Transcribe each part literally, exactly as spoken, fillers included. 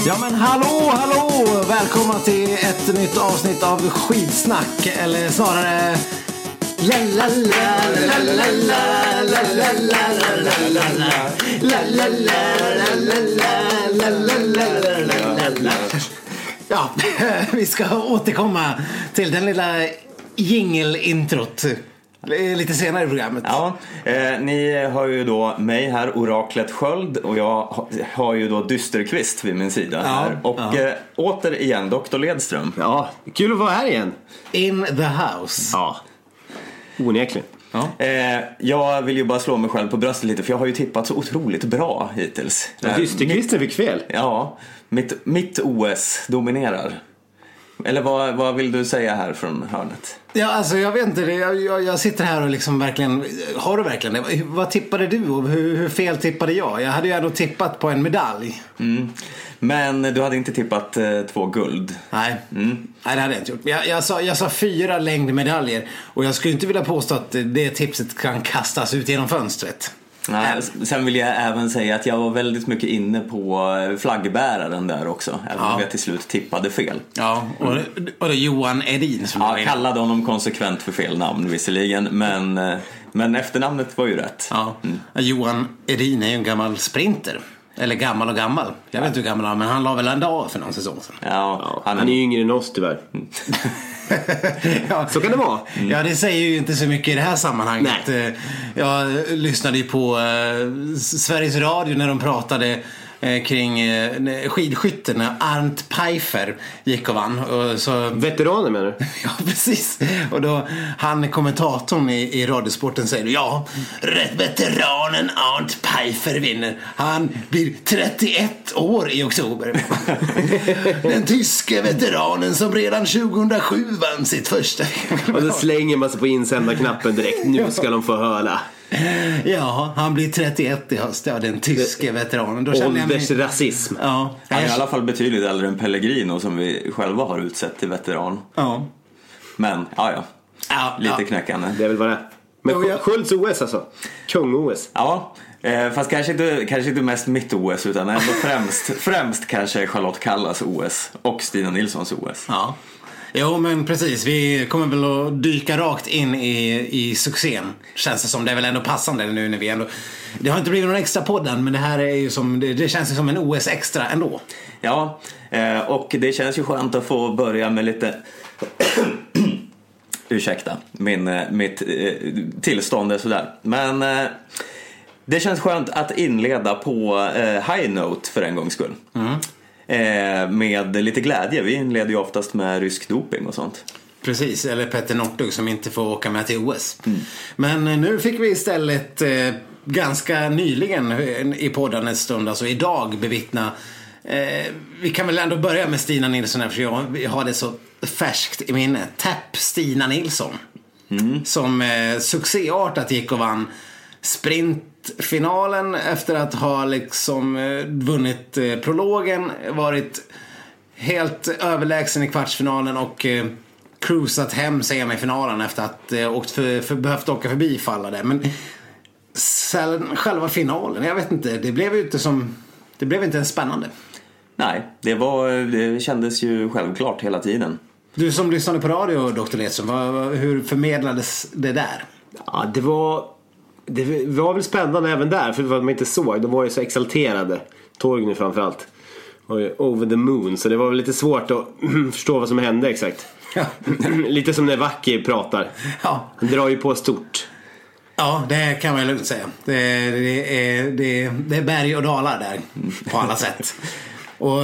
Ja men hallå, hallå! Välkomna till ett nytt avsnitt av Skidsnack. Eller snarare... La la la la la la la la la la la la la. Ja, vi ska återkomma till den lilla jingle-introt lite senare i programmet. Ja, eh, ni har ju då mig här, Oraklet Sköld, och jag har ju då Dysterqvist vid min sida ja, här. Och ja. eh, återigen doktor Ledström. Ja, kul att vara här igen. In the house. Ja, onekligen. Ja. Eh, jag vill ju bara slå mig själv på bröstet lite, för jag har ju tippat så otroligt bra hittills. Ja, Dysterqvisten fick fel. Ja, mitt, mitt O S dominerar. Eller vad, vad vill du säga här från hörnet? Ja, alltså jag vet inte, jag, jag, jag sitter här och liksom verkligen, har du verkligen det? Vad tippade du och hur, hur fel tippade jag? Jag hade ju ändå tippat på en medalj. Mm. Men du hade inte tippat eh, två guld. Nej, mm. Nej, det hade jag inte gjort. Jag, jag, sa, jag sa fyra längdmedaljer, och jag skulle inte vilja påstå att det tipset kan kastas ut genom fönstret. Nej, sen vill jag även säga att jag var väldigt mycket inne på flaggbäraren där också. Även om ja. jag till slut tippade fel. Ja, och, mm. och det är Johan Edin som ja, kallade honom konsekvent för fel namn visserligen. Men, men efternamnet var ju rätt. Ja. Mm. Johan Edin är ju en gammal sprinter. Eller gammal och gammal. Jag vet inte hur gammal han är, men han la väl en dag för någon säsong sedan. Ja, ja, han, han är ju yngre än oss tyvärr. Ja, så kan det vara. Mm. Ja, det säger ju inte så mycket i det här sammanhanget. Nej. Jag lyssnade ju på uh, Sveriges Radio när de pratade uh, kring uh, skidskytten när Arndt Pfeiffer gick och vann. Och så... Veteraner menar du? Ja, precis. Och då han kommentatorn i, i Radiosporten säger ja, rätt veteranen Arndt Pfeiffer vinner. Han blir trettioett år i oktober. Den tyske veteranen som redan tjugohundrasju vann sitt första. Och då slänger man sig på insändarknappen direkt. Nu ska de få höra. Ja, han blir trettioett i höst. Ja, den tyske veteranen. Åldersrasism. Ja. Han är i alla fall betydligt äldre än Pellegrino som vi själva har utsett till veteran. Ja. Men, ja ja. ja Lite ja. knäckande. Det är väl vad det är. Men jo, jag... Skölds O S alltså. Kung-O S. Ja, eh, fast kanske inte, kanske inte mest mitt O S, utan ändå främst, främst kanske Charlotte Kallas O S och Stina Nilssons O S. Ja. Jo, men precis. Vi kommer väl att dyka rakt in i, i succén. Känns det som. Det är väl ändå passande nu när vi ändå... Det har inte blivit någon extra podden, men det här är ju som... Det, det känns ju som en O S extra ändå. Ja, eh, och det känns ju skönt att få börja med lite... Ursäkta, min, mitt eh, tillstånd är sådär. Men eh, det känns skönt att inleda på eh, high note för en gångs skull. Mm. Eh, med lite glädje. Vi inleder ju oftast med rysk doping och sånt. Precis, eller Petter Northug som inte får åka med till O S. Mm. Men nu fick vi istället eh, ganska nyligen i podden en stund, alltså idag, bevittna eh, vi kan väl ändå börja med Stina Nilsson här, för jag har det så färskt i minne. Tapp Stina Nilsson mm. som eh, succéartat gick och vann sprintfinalen efter att ha liksom eh, vunnit eh, prologen, varit helt överlägsen i kvartsfinalen och eh, cruisat hem semifinalen efter att eh, åkt för, för, behövt åka förbi fallade. Men sen själva finalen, jag vet inte, det blev ju inte som det blev inte ens spännande. Nej, det var det kändes ju självklart hela tiden. Du som lyssnade på radio, doktor Ledström, vad, hur förmedlades det där? Ja, det var det var väl spännande även där, för vad man inte såg, de var ju så exalterade. Torgny framförallt var ju over the moon, så det var väl lite svårt att förstå vad som hände exakt. Ja. Lite som när Vacki pratar. Ja. Han drar ju på stort. Ja, det kan man lugnt säga. Det, det, är, det, det är berg och dalar där på alla sätt. Och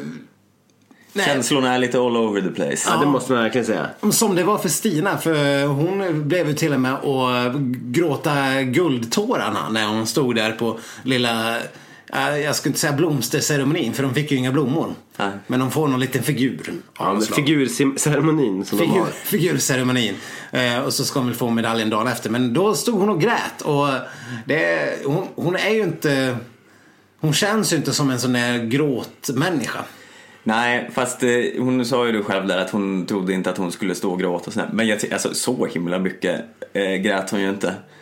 nej. Känslorna är lite all over the place. Ja, det måste man verkligen säga. Som det var för Stina, för hon blev ju till och med att gråta guldtårarna när hon stod där på lilla, jag skulle inte säga blomsterceremonin, för de fick ju inga blommor. Nej. Men de får någon liten figur. Ja, figurceremonin som Figur, de har. Figurceremonin. Eh, och så ska hon väl få medaljen dagen efter. Men då stod hon och grät. Och det, hon, hon är ju inte... Hon känns ju inte som en sån där gråtmänniska. Nej, fast eh, hon sa ju det själv där att hon trodde inte att hon skulle stå och gråta och sådär. Men jag, alltså, så himla mycket eh, grät hon ju inte.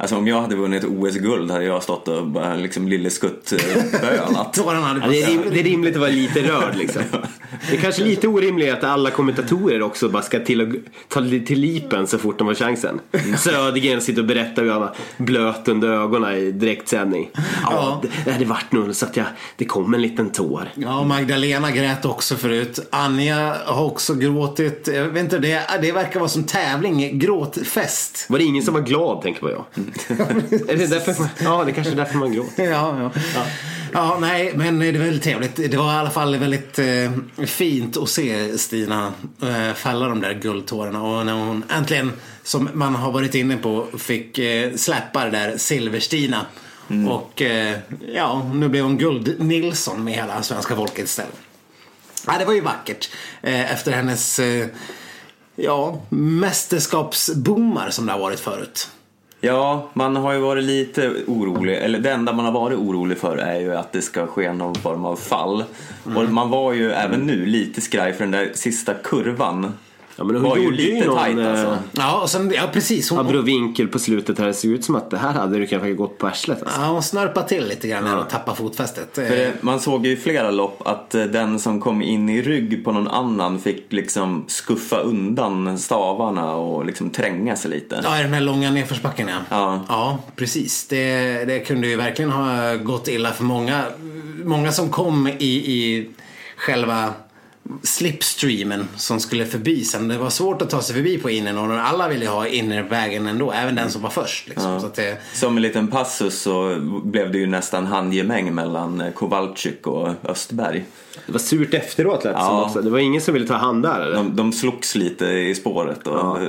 Alltså om jag hade vunnit O S-guld hade jag stått och bara liksom lilleskutt bönat. Ja, det, är rim, det är rimligt att vara lite rörd liksom. Det är kanske lite orimligt att alla kommentatorer också bara ska till och ta till lipen så fort de har chansen. Södergren sitter och berättar hur han har blöt under ögonen i direktsändning. Ja, ja. Det, det hade varit nog så att jag, det kom en liten tår. Ja, Magdalena grät också förut. Anja har också gråtit. Jag vet inte, det, det verkar vara som tävling, gråtfest. Var det ingen som var glad, tänker på jag. Är det därför man, ja, det är kanske är därför man gråter. Ja, ja. Ja. Ja, nej, men det är väldigt trevligt. Det var i alla fall väldigt eh, fint att se Stina eh, fälla de där guldtårarna. Och när hon äntligen, som man har varit inne på, fick eh, släppa det där Silver-Stina. Mm. Och eh, ja, nu blev hon Guld-Nilsson med hela svenska folket istället. Ja, det var ju vackert. Eh, efter hennes eh, ja, mästerskapsbommar som det har varit förut. Ja, man har ju varit lite orolig. Eller det enda man har varit orolig för är ju att det ska ske någon form av fall. Mm. Och man var ju även nu lite skraj för den där sista kurvan. Ja, men hon var ju lite någon, tajt alltså. Ja, och sen, ja precis. Hon abrovinkel på slutet här. Det ser ut som att det här hade du kanske gått på arslet alltså. Ja, hon snörpade till lite grann ja. Och tappade fotfästet. För man såg ju i flera lopp att den som kom in i rygg på någon annan fick liksom skuffa undan stavarna och liksom tränga sig lite. Ja, i den här långa nedförsbacken ja. Ja, ja precis. Det, det kunde ju verkligen ha gått illa för många. Många som kom i, i själva slipstreamen som skulle förbi sen. Det var svårt att ta sig förbi på inner och alla ville ha innervägen ändå, även den som var först liksom. Ja. Så att det... Som en liten passus så blev det ju nästan handgemäng mellan Kowalczyk och Östberg. Det var surt efteråt lät ja. Som också. Det var ingen som ville ta hand där eller? De, de slogs lite i spåret och ja.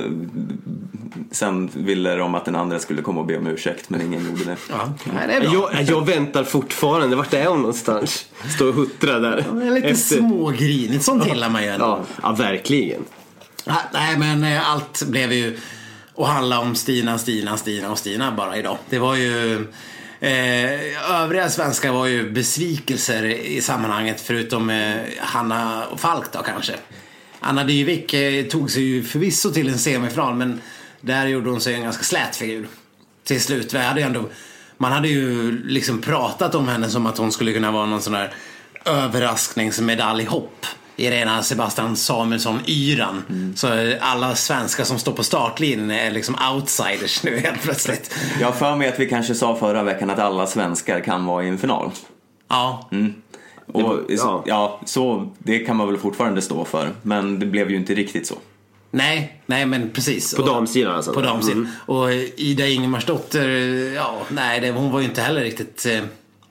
Sen ville de att den andra skulle komma och be om ursäkt, men ingen gjorde det. Ja. Nej, det är bra. Jag, jag väntar fortfarande. Vart är hon någonstans? Står och huttrar där. Ja, lite efter... smågrinigt, sånt gillar man ju ändå. Ja, ja, verkligen. Ja, nej, men allt blev ju att handla om Stina, Stina, Stina och Stina bara idag. Det var ju... Eh, övriga svenskar var ju besvikelser i sammanhanget, förutom eh, Hanna och Falk då kanske. Anna Dyvik eh, tog sig ju förvisso till en semifinal, men där gjorde hon sig en ganska slät figur till slut. Vi hade ändå, man hade ju liksom pratat om henne som att hon skulle kunna vara någon sån där överraskningsmedaljhopp i rena Sebastian Samuelsson-yran. Mm. Så alla svenskar som står på startlinjen är liksom outsiders nu helt plötsligt. Jag har för mig att vi kanske sa förra veckan att alla svenskar kan vara i en final. Ja. Mm. Och, var, ja. ja, så det kan man väl fortfarande stå för. Men det blev ju inte riktigt så. Nej, nej men precis. På damsidan alltså. På damsidan. Mm. Och Ida Ingemarsdotter, ja, nej, det, hon var ju inte heller riktigt... Eh,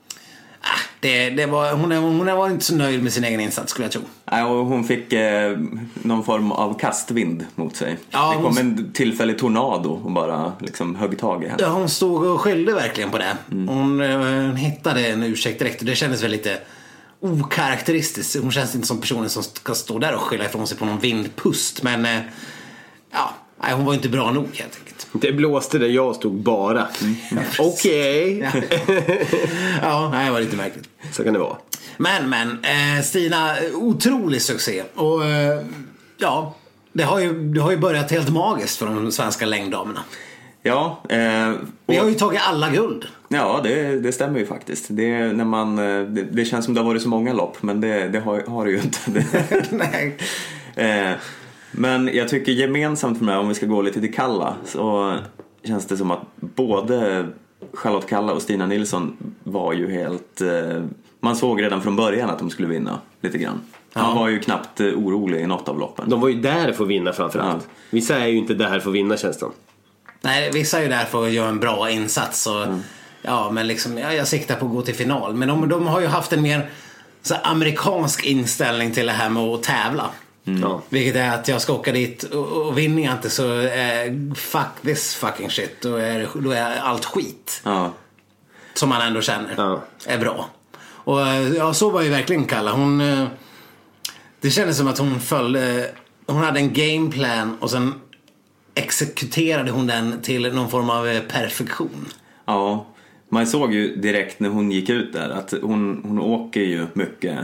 Det, det var, hon, hon var inte så nöjd med sin egen insats, skulle jag tro. Nej, och hon fick eh, någon form av kastvind mot sig. Ja, det kom hon... en tillfällig tornado och bara liksom högg tag i henne. Ja, hon stod och skyllde verkligen på det. Mm. Hon, hon hittade en ursäkt direkt och det kändes väl lite okaraktäristiskt. Hon känns inte som personen som ska stå där och skylla ifrån sig på någon vindpust. Men eh, ja, nej, hon var inte bra nog helt enkelt. Det blåste där jag stod bara. Mm. Ja, okej. Okay. Ja, nej, det var lite märkligt. Så kan det vara. Men, men, eh, Stina, otrolig succé. Och eh, ja, det har, ju, det har ju börjat helt magiskt för de svenska längddamerna. Ja. Eh, och... Vi har ju tagit alla guld. Ja, det, det stämmer ju faktiskt. Det, när man, det, det känns som det har varit så många lopp, men det, det har, har det ju inte. Nej. Eh, men jag tycker gemensamt för mig, om vi ska gå lite till Kalla, så känns det som att både Charlotte Kalla och Stina Nilsson var ju helt... Eh, man såg redan från början att de skulle vinna lite grann. Han ja. var ju knappt eh, orolig i något av loppen. De var ju där för att vinna framförallt. Ja. Vissa är ju inte där för att vinna, känns det. Nej, vissa är ju där för att göra en bra insats. Och, mm. ja, men liksom, ja, jag siktar på att gå till final. Men de, de har ju haft en mer så amerikansk inställning till det här med att tävla. Mm. Ja. Vilket är att jag ska åka dit och, och vinner jag inte så eh, fuck this fucking shit. Då är, då är allt skit. Ja. Som man ändå känner ja. är bra. Och ja, så var ju verkligen Kalla. Hon, eh, det kändes som att hon följde, hon hade en gameplan och sen exekuterade hon den till någon form av perfektion. Ja, man såg ju direkt när hon gick ut där att hon, hon åker ju mycket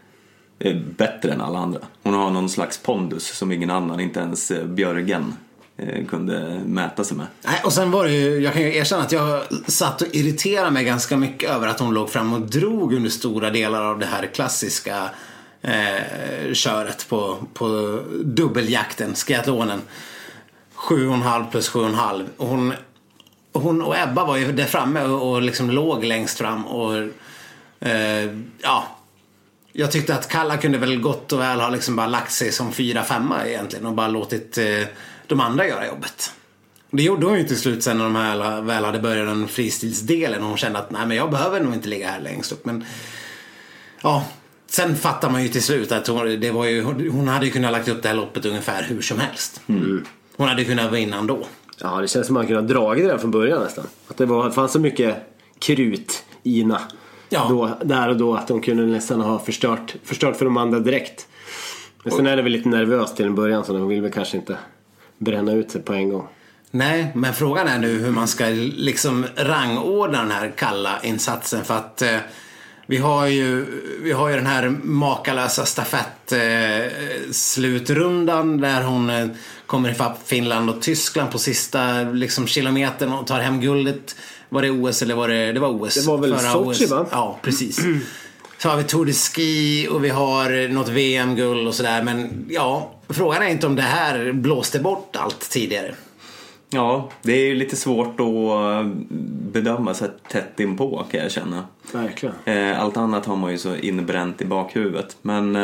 bättre än alla andra. Hon har någon slags pondus som ingen annan, inte ens Björgen, eh, kunde mäta sig med. Nej, och sen var det ju, jag kan ju erkänna att jag satt och irriterade mig ganska mycket över att hon låg fram och drog under stora delar av det här klassiska eh, köret på, på dubbeljakten, skiathlonen. Sju och en halv plus sju och en halv. Och hon, hon och Ebba var ju där framme och, och liksom låg längst fram och eh, ja, jag tyckte att Kalla kunde väl gott och väl ha liksom bara lagt sig som fyra femma egentligen och bara låtit eh, de andra göra jobbet. Det gjorde hon ju till slut sen när de här väl hade börjat den fristilsdelen och hon kände att nej, men jag behöver nog inte ligga här längst upp. Men ja, sen fattar man ju till slut att hon, det var ju, hon hade ju kunnat lagt upp det här loppet ungefär hur som helst. Mm. Hon hade kunnat vinna ändå. Ja, det känns som man kunde ha dragit det där från början nästan. Att det, var, det fanns så mycket krut i Ina. Ja. Då, där och då att de kunde nästan ha förstört, förstört för de andra direkt. Men sen är det väl lite nervöst till en början så de vill väl kanske inte bränna ut sig på en gång. Nej, men frågan är nu hur man ska liksom rangordna den här Kalla-insatsen för att eh, vi har ju vi har ju den här makalösa stafett eh, slutrundan där hon eh, kommer ifatt Finland och Tyskland på sista liksom kilometern och tar hem guldet. Var det O S eller var det det var O S? Det var väl Sochi, va? Ja, precis. Så har vi Tour de Ski och vi har något V M-guld och sådär. Men ja, frågan är inte om det här blåste bort allt tidigare. Ja, det är ju lite svårt att bedöma så tätt inpå kan jag känna. Verkligen. Allt annat har man ju så inbränt i bakhuvudet. Men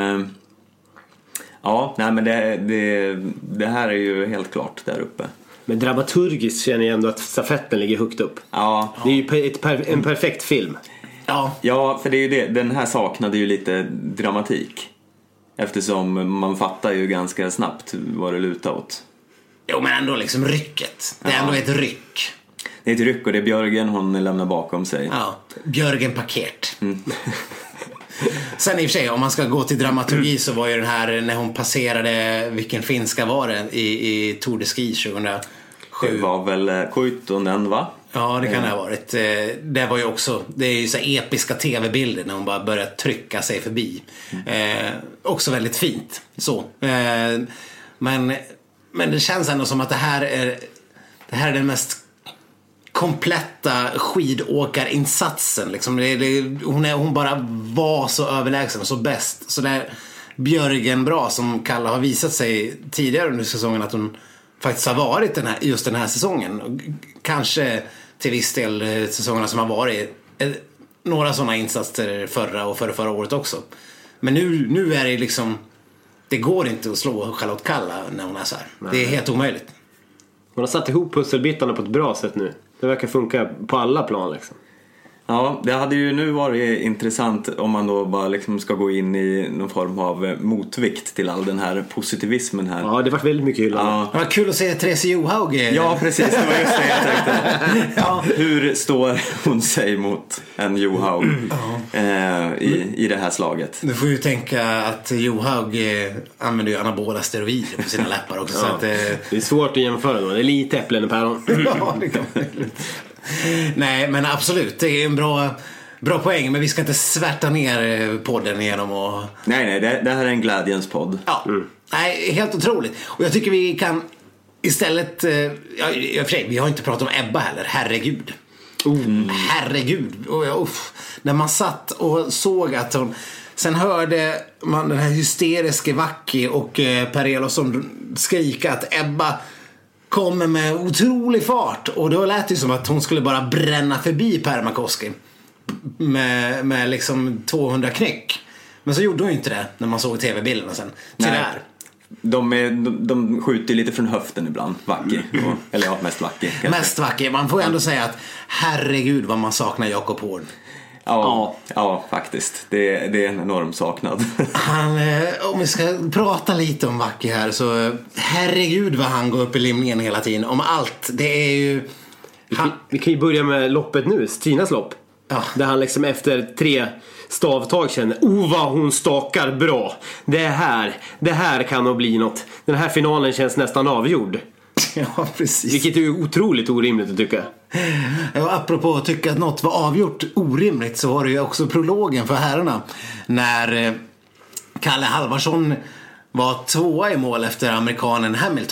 ja, nej men det, det, det här är ju helt klart där uppe. Men dramaturgiskt känner jag ändå att stafetten ligger högt upp. Ja. Det är ju ett per, en perfekt film. Ja. Ja, för det är ju det. Den här saknade ju lite dramatik. Eftersom man fattar ju ganska snabbt vad det lutar åt. Jo, men ändå liksom rycket. Det är Ja. ändå ett ryck. Det är ett ryck och det är Björgen hon lämnar bakom sig. Ja, Björgen Paket. Mm. Sen i och för sig, om man ska gå till dramaturgi så var ju den här när hon passerade, vilken finska var det i, i Tour de Ski tjugohundrasju. Det var väl Kuitunen, va? Ja, det kan det ha varit. Det var ju också, det är ju så episka tv-bilder när hon bara börjar trycka sig förbi. Mm. Eh, också väldigt fint. Så. Eh, men, men det känns ändå som att det här är, det här är den mest kompletta skidåkarinsatsen. Liksom. Det, det, hon, är, hon bara var så överlägsen och så bäst. Så där Björgen bra som Kalla har visat sig tidigare under säsongen att hon faktiskt har varit den här, just den här säsongen. Kanske till viss del säsongerna som har varit några sådana insatser förra och förra, förra året också. Men nu, nu är det liksom, det går inte att slå Charlotte Kalla när hon är så här. Nej. Det är helt omöjligt. Hon har satt ihop pusselbitarna på ett bra sätt nu. Det verkar funka på alla plan liksom. Ja, det hade ju nu varit intressant om man då bara liksom ska gå in i någon form av motvikt till all den här positivismen här. Ja, det var väldigt mycket hyllande. Ja. Det var kul att se Therese Johaug. Ja, precis. Det var just det jag tänkte. Ja. Hur står hon sig mot en Johaug eh, i, i det här slaget? Du får ju tänka att Johaug eh, använder ju anabola steroider på sina läppar också. Ja. Så att, eh... det är svårt att jämföra då. Det är lite äpplen och päron. Ja, det kan man. Nej, men absolut, det är en bra, bra poäng. Men vi ska inte svärta ner podden genom att... Nej, nej, det, det här är en glädjens podd. Ja, mm. Nej, helt otroligt. Och jag tycker vi kan istället... Ja, i och för sig, vi har inte pratat om Ebba heller, herregud. Mm. Herregud. Och, uff, när man satt och såg att hon... Sen hörde man den här hysteriska Vacki och eh, Per Elofsson skrika att Ebba kommer med otrolig fart. Och då lät det som att hon skulle bara bränna förbi Pärmakoski med, med liksom tvåhundra knyck. Men så gjorde hon ju inte det när man såg tv-bilderna sen. Tyvärr. De, är, de, de skjuter lite från höften ibland, Vacki. Mm. Eller ja, mest Vacki. Mest Vacki. Man får ändå säga att herregud vad man saknar Jakob Hård. Ja, ja, ja, faktiskt. Det, det är en enorm saknad. Han, om vi ska prata lite om Vacki här så herregud vad han går upp i limningen hela tiden. Om allt, det är ju... Han... Vi, vi kan ju börja med loppet nu, Stinas lopp. Ja. Där han liksom efter tre stavtag känner, oh vad hon stakar bra. Det här, det här kan nog bli något. Den här finalen känns nästan avgjord. Ja, precis. Vilket är ju otroligt orimligt att tycka. Och apropå att tycka att något var avgjort orimligt så har det ju också prologen för herrarna. När Kalle Halvarsson var tvåa i mål efter amerikanen Hamilton.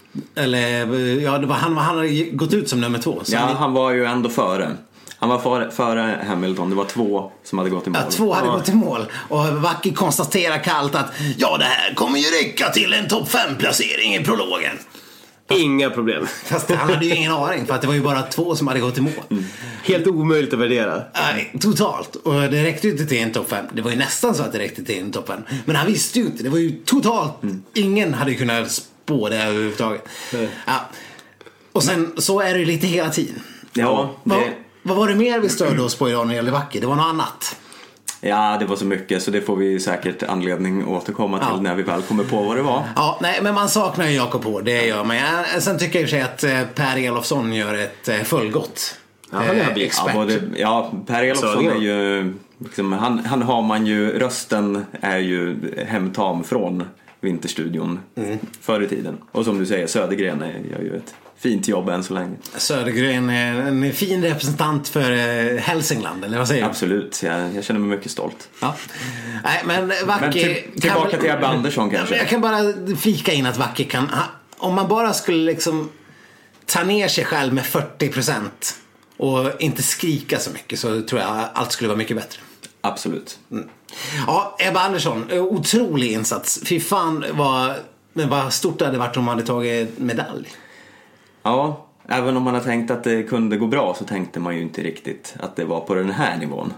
Eller ja, det var, han, han hade gått ut som nummer två. Ja, han, han var ju ändå före. Han var före, före Hamilton. Det var två som hade gått i mål. Ja, två hade Ja. gått i mål. Och Vacchi konstaterar kallt att ja, det här kommer ju räcka till en topp fem-placering i prologen. Inga problem. Fast han hade ju ingen aning, för att det var ju bara två som hade gått i mål. Mm. Helt omöjligt att värdera. Nej, totalt. Och det räckte ju inte till en topp fem. Det var ju nästan så att det räckte till en topp fem. Men han visste ju inte. Det var ju totalt. Mm. Ingen hade kunnat spå det överhuvudtaget. Mm. Ja. Och sen så är det ju lite hela tiden. Ja, det... vad, vad var det mer vi störde oss på idag när det gällde Vacchi? Det var något annat. Ja, det var så mycket, så det får vi säkert anledning att återkomma till ja. när vi väl kommer på vad det var. Ja, nej, men man saknar ju Jakob Hård, det gör man. Ja, sen tycker jag i och för sig att Per Elofsson gör ett fullgott ja, han är expert. Ja, både, ja, Per Elofsson är ju liksom, han, han har man ju, rösten är ju hemtam från Vinterstudion mm. förr i tiden. Och som du säger, Södergren gör ju ett fint jobb än så länge. Södergren är en fin representant för Hälsingland, eller vad säger du? Absolut, jag, jag känner mig mycket stolt. Ja. Nej, men Vacchi... Men till, tillbaka kan, till Ebba Andersson kanske. Jag kan bara flika in att Vacchi kan... Om man bara skulle liksom ta ner sig själv med fyrtio procent och inte skrika så mycket, så tror jag allt skulle vara mycket bättre. Absolut. Mm. Ja, Ebba Andersson, otrolig insats. Fy fan vad, vad stort det hade varit om man hade tagit medalj. Ja, även om man har tänkt att det kunde gå bra, så tänkte man ju inte riktigt att det var på den här nivån.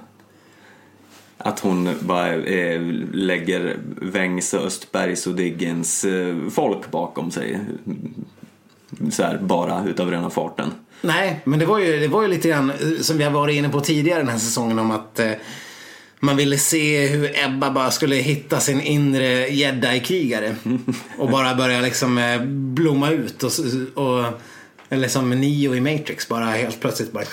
Att hon bara eh, lägger Wengs och Östbergs och Diggens eh, folk bakom sig. Så här, bara utav rena farten. Nej, men det var ju, det var ju lite grann som vi har varit inne på tidigare den här säsongen, om att eh, man ville se hur Ebba bara skulle hitta sin inre Jedi-krigare och bara börja liksom eh, blomma ut och, och eller som Neo i Matrix, bara helt plötsligt bara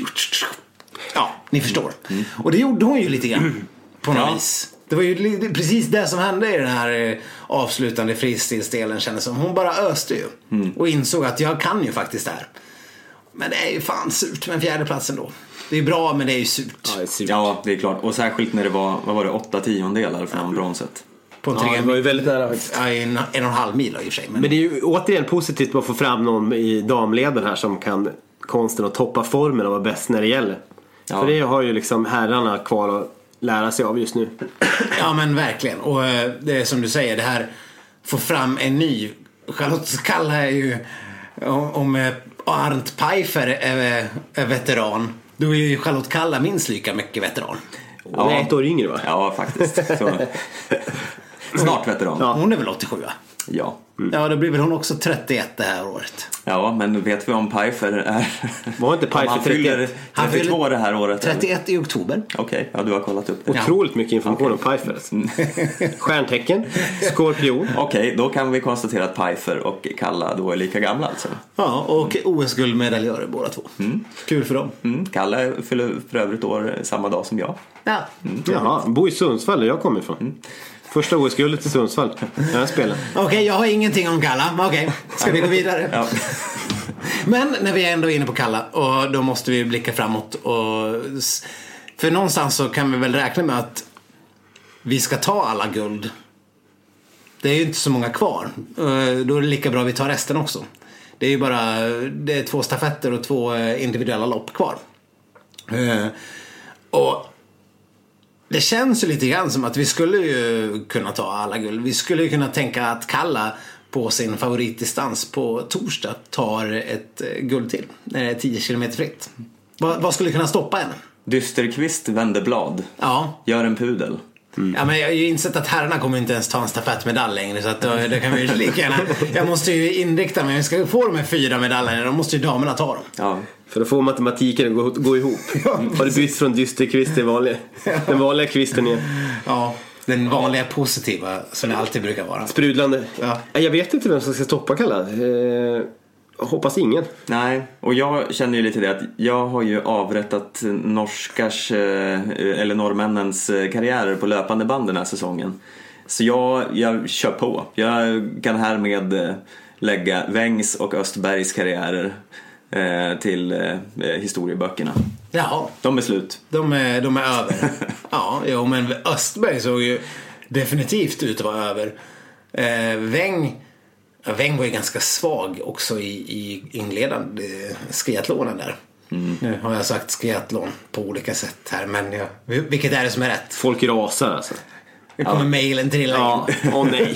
ja, ni förstår. Mm. Och det gjorde hon ju lite grann på något ja. vis. Det var ju precis det som hände i den här avslutande fristilsdelen, kändes som. Hon bara öste ju mm. och insåg att jag kan ju faktiskt det här. Men det är ju fan surt med en fjärde platsen då. Det är bra, men det är ju surt. Ja, det är, surt. Ja, det är klart. Och särskilt när det var, vad var det, åtta tiondelar från ja. bronset. På en ja, tre det var ju väldigt nära. Ja, en, en och en halv mil i och för sig. Men... men det är ju återigen positivt att få fram någon i damleden här som kan konsten att toppa formen och vara bäst när det gäller. Ja. För det har ju liksom herrarna kvar att lära sig av just nu. Ja, men verkligen. Och det är som du säger, det här få fram en ny. Charlotte Kalla är ju, om Arndt Pfeiffer är, är veteran, då är ju Charlotte Kalla minst lika mycket veteran. Ja. Hon är ett år yngre, va? Ja, faktiskt. Så. Snart veteran. Ja. Hon är väl åttiosju, va? Ja. Mm. Ja, då blir väl hon också trettioett det här året. Ja, men vet vi om Pfeiffer är... Var inte Pfeiffer han fyller trettiotvå det här året? trettioett i oktober. Okej, okay, ja, du har kollat upp det. Otroligt mycket information okay. om Pfeiffer. Stjärntecken, skorpion. Okej, okay, då kan vi konstatera att Pfeiffer och Kalla då är lika gamla alltså. Ja, och O S-guldmedaljörer båda två. Mm. Kul för dem. Mm. Kalla fyller för övrigt år samma dag som jag. Ja. Mm, Jaha, bor i Sundsvall där jag kommer ifrån. Mm. Första O S-guldet i Sundsvall. Jag spelar. Okej, okay, jag har ingenting om Kalla. Okej, okay. Ska vi gå vidare? Ja. Men när vi är ändå inne på Kalla, och då måste vi blicka framåt. Och, för någonstans så kan vi väl räkna med att vi ska ta alla guld. Det är ju inte så många kvar. Då är det lika bra att vi tar resten också. Det är ju bara det är två stafetter och två individuella lopp kvar. Och det känns ju lite grann som att vi skulle ju kunna ta alla guld. Vi skulle ju kunna tänka att Kalla på sin favoritdistans på torsdag tar ett guld till när det är tio kilometer fritt. Vad, vad skulle kunna stoppa henne? Dysterkvist vänder blad. Ja. Gör en pudel. Mm. Ja, men jag har ju insett att herrarna kommer inte ens ta en stafettmedalj längre, så att då, det kan vi ju lika gärna. Jag måste ju inrikta mig. Vi ska få de här fyra medaljerna. Då måste ju damerna ta dem. Ja. För att få matematiken att gå, gå ihop. Ja, har det bytt från dysterkvist till vanliga, den vanliga kvisten igen. Ja, den vanliga positiva som det alltid brukar vara. Sprudlande. Ja. Jag vet inte vem som ska stoppa Kalla. Eh, hoppas ingen. Nej, och jag känner ju lite det att jag har ju avrättat norskars eller norrmännens karriärer på löpande band den här säsongen. Så jag, jag kör på. Jag kan härmed lägga Wengs och Östbergs karriärer eh, till eh, historieböckerna. Jaha. De är slut. De är, de är över. Ja, jo, men Östberg såg ju definitivt ut att vara över. Eh, Weng, Weng var ju ganska svag också i, i inledande skiathlonen där. Mm. Nu har jag sagt skiathlon på olika sätt här, men jag, vilket är det som är rätt? Folk rasar alltså. Det kommer ja. mejlen till ja. Åh oh, nej.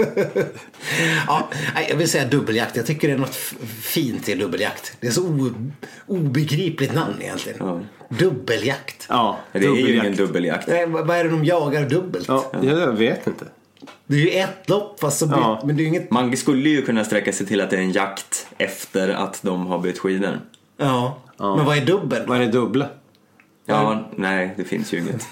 Ja, jag vill säga dubbeljakt. Jag tycker det är något fint i dubbeljakt. Det är så o- obegripligt namn egentligen. Ja. Dubbeljakt. Ja, det är ju ingen dubbeljakt. Nej, vad är det de jagar dubbelt? Ja, jag vet inte. Det är ju ett lopp fast så ja. byt, men det är inget... Man skulle ju kunna sträcka sig till att det är en jakt efter att de har bytt skidor. Ja, ja. Men vad är dubbel? Vad är det dubbla? Ja, mm. nej, det finns ju inget.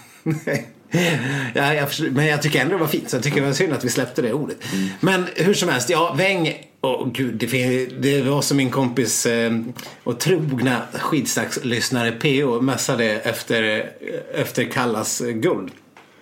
ja, jag förstår, men jag tycker ändå det var fint, så jag tycker det var synd att vi släppte det ordet. Mm. Men hur som helst, ja, Weng, oh, gud, det, det var som min kompis eh, och trogna skidstackslyssnare P O mässade efter, efter Kallas guld.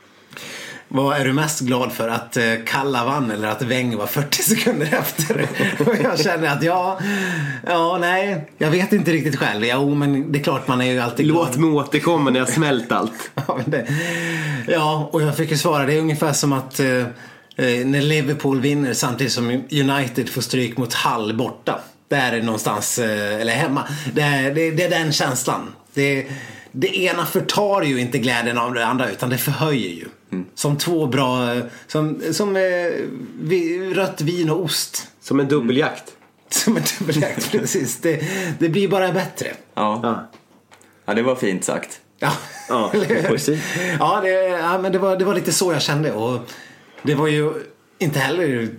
Vad är du mest glad för? Att Kalla vann eller att Weng var fyrtio sekunder efter? Och jag känner att ja, ja, nej, jag vet inte riktigt själv. Ja, men det är klart man är ju alltid glad. Låt mig återkomma när jag smält allt. ja, men det, ja, och jag fick ju svara, det är ungefär som att eh, när Liverpool vinner samtidigt som United får stryk mot Hull borta. Där är det någonstans, eh, eller hemma. Det är, det, det är den känslan. Det Det ena förtar ju inte glädjen av det andra, utan det förhöjer ju. Mm. Som två bra, som, som eh, vi, rött vin och ost. Som en dubbeljakt. Som en dubbeljakt, precis. Det, det blir bara bättre. Ja, ja. ja det var fint sagt. Ja, ja, precis. ja, det, ja men det var, det var lite så jag kände. Och det var ju inte heller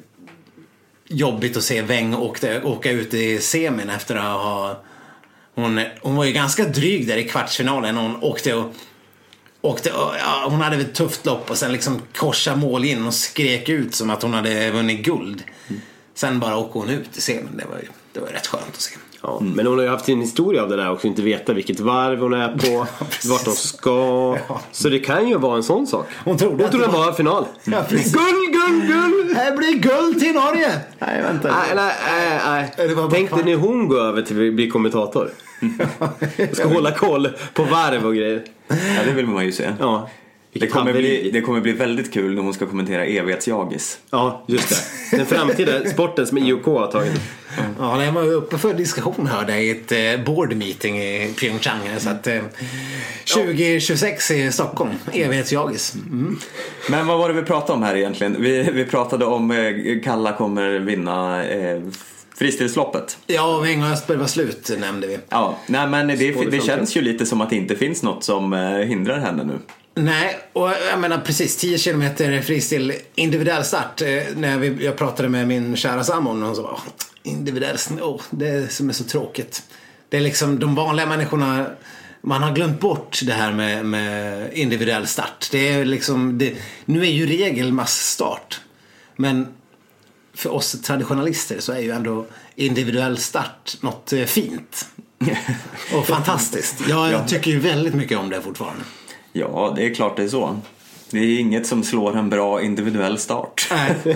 jobbigt att se Weng åka, åka ut i semin efter att ha... Hon, hon var ju ganska dryg där i kvartsfinalen. Hon åkte och, åkte och ja, hon hade ett tufft lopp och sen liksom korsa mål in och skrek ut som att hon hade vunnit guld. Mm. Sen bara åkte hon ut i scenen. Det var ju, det var rätt skönt att se. Ja, mm. Men hon har ju haft en historia av det där också, inte veta vilket varv hon är på, vart hon ska. Ja. Så det kan ju vara en sån sak. Hon trodde hon trodde det var, var final. Ja, guld, guld, guld. Här blir guld till Norge. Nej, vänta. Nej, nej, nej, nej. Tänk dig när hon går över till att bli kommentator. Jag ska hålla koll på varv och grejer. Ja, det vill man ju se. Ja. Det kommer, bli, det kommer bli väldigt kul när hon ska kommentera evighetsjagis. Ja, just det. Den framtida sporten som I O K har tagit. Ja, den var uppe för diskussion hörde jag i ett board meeting i Pyeongchang. Så att tjugo tjugosex i Stockholm, evighetsjagis. Mm. Men vad var det vi pratade om här egentligen? Vi, vi pratade om eh, Kalla kommer vinna eh, fristilsloppet. Ja, Weng och Östberg var slut, nämnde vi. Ja, nej, men det, det känns ju lite som att det inte finns något som eh, hindrar henne nu. Nej, och jag menar precis tio kilometer fristil individuell start. Eh, när vi, jag pratade med min kära samman och så bara, individuell, oh, det är som är så tråkigt. Det är liksom de vanliga människorna, man har glömt bort det här med, med individuell start. Det är liksom, det, nu är ju regel massstart. Men för oss traditionalister så är ju ändå individuell start något fint. Och fantastiskt. Jag, jag tycker ju väldigt mycket om det fortfarande. Ja, det är klart det är så. Det är inget som slår en bra individuell start. Nej.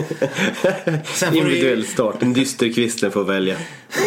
Individuell ju... start, en dysterkvisten får välja.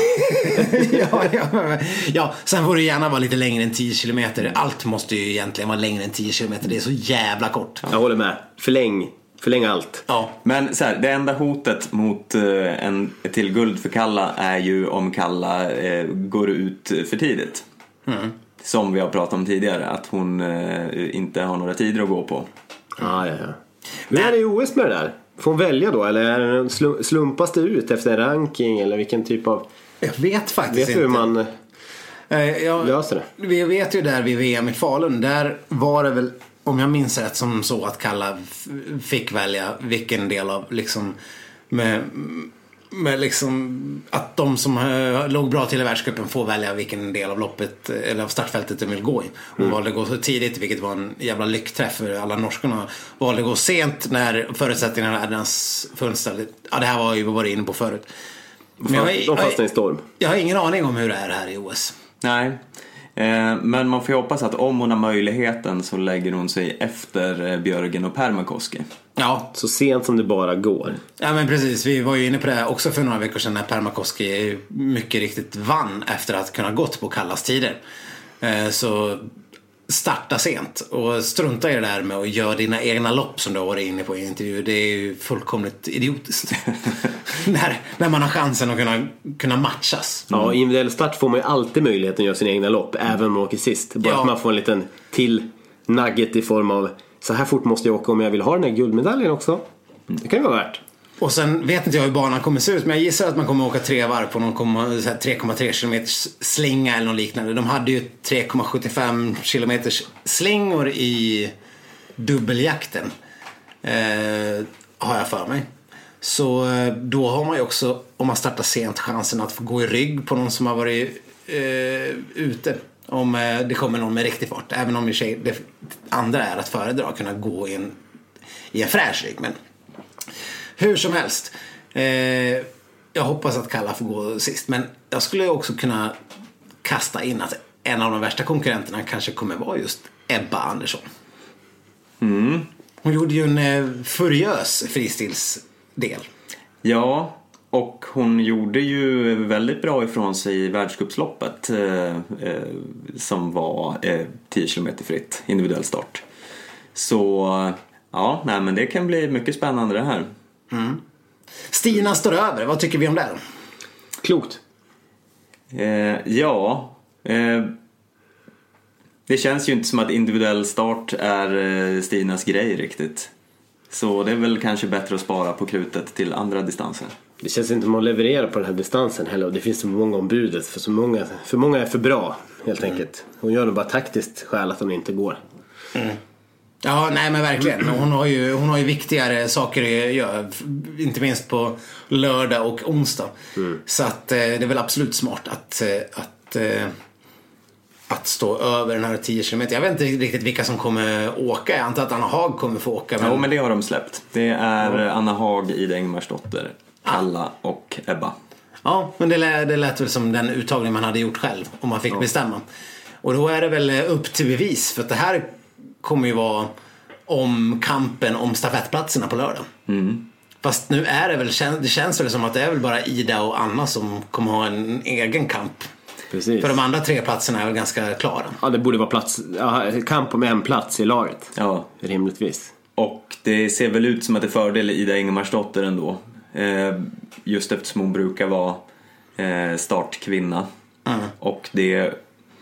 ja, ja, ja, sen får det gärna vara lite längre än tio kilometer. Allt måste ju egentligen vara längre än tio kilometer. Det är så jävla kort. Jag håller med. Förläng. Förläng allt. Ja. Men så här, det enda hotet mot eh, en till guld för Kalla är ju om Kalla eh, går ut för tidigt. Mm. Som vi har pratat om tidigare, att hon eh, inte har några tider att gå på. Ah, ja, ja. Men är det O S med det där? Får hon välja då? Eller är det slumpas det ut efter en ranking? Eller vilken typ av... Jag vet faktiskt vet inte. Hur man eh, jag, löser det? Vi vet ju där vid V M i Falun. Där var det väl, om jag minns rätt, som så att Kalla f- fick välja vilken del av liksom... med med liksom att de som uh, låg bra till i världscupen får välja vilken del av loppet eller av startfältet de vill gå i. Hon mm. valde gå så tidigt, vilket var en jävla lyckträff för alla norskarna. Valde gå sent när förutsättningarna hade funnits. Ja, det här var ju vad var det inne på förut. Men jag, de fastnar i storm. Jag har ingen aning om hur det är här i O S. Nej. Men man får ju hoppas att om hon har möjligheten så lägger hon sig efter Björgen och Pärmäkoski. Ja. Så sent som det bara går. Ja, men precis, vi var ju inne på det också för några veckor sedan när Pärmäkoski mycket riktigt vann efter att kunna gått på Kallas tider. Så starta sent och strunta i det där med att göra dina egna lopp som du har varit inne på i intervju. Det är ju fullkomligt idiotiskt. när, när man har chansen att kunna, kunna matchas. Ja, i individuell start får man ju alltid möjligheten att göra sina egna lopp, även om man åker sist. Bara ja. att man får en liten till nugget i form av så här fort måste jag åka om jag vill ha den här guldmedaljen också. Det kan ju vara värt. Och sen vet inte jag hur banan kommer se ut, men jag gissar att man kommer åka tre varv på någon tre komma tre kilometers slinga eller något liknande. De hade ju tre komma sjuttiofem kilometers slingor i dubbeljakten, eh, har jag för mig. Så då har man ju också, om man startar sent, chansen att få gå i rygg på någon som har varit eh, ute. Om eh, det kommer någon med riktig fart. Även om det andra är att föredra att kunna gå i en, i en fräsch rygg. Men hur som helst, eh, jag hoppas att Kalla får gå sist. Men jag skulle också kunna kasta in att en av de värsta konkurrenterna kanske kommer vara just Ebba Andersson. Mm. Hon gjorde ju en eh, furiös fristilsdel. Ja, och hon gjorde ju väldigt bra ifrån sig i världscupsloppet eh, eh, som var eh, tio kilometer fritt, individuell start. Så ja, nej, men det kan bli mycket spännande det här. Mm. Stina står över, vad tycker vi om det? Klokt. Eh, ja, eh, det känns ju inte som att individuell start är eh, Stinas grej riktigt. Så det är väl kanske bättre att spara på krutet till andra distanser. Det känns inte som att leverera på den här distansen heller. Och det finns så många om budet. För, så många, för många är för bra, helt mm. enkelt. Hon gör nog bara taktiskt skäl att hon inte går. Mm. Ja, nej men verkligen. Hon har ju, hon har ju viktigare saker att göra. Inte minst på lördag och onsdag. Mm. Så att eh, det är väl absolut smart att, att, eh, att stå över den här tio kilometer. Jag vet inte riktigt vilka som kommer åka. Jag antar att Anna Haag kommer få åka. Men... Ja, men det har de släppt. Det är mm. Anna Haag, Ida Engmarsdotter, Kalla ah. och Ebba. Ja, men det lät, det lät väl som den uttagning man hade gjort själv. Om man fick ja. bestämma. Och då är det väl upp till bevis. För att det här kommer ju vara om kampen om stafettplatserna på lördag. Mm. Fast nu är det väl, det känns väl som att det är väl bara Ida och Anna som kommer ha en egen kamp. Precis. För de andra tre platserna är väl ganska klara. Ja, det borde vara plats, ja, kamp om en plats i laget. Ja, rimligtvis. Och det ser väl ut som att det är fördel Ida Engmarsdotter ändå. Eh, just eftersom hon brukar vara eh, startkvinna. Mm. Och det...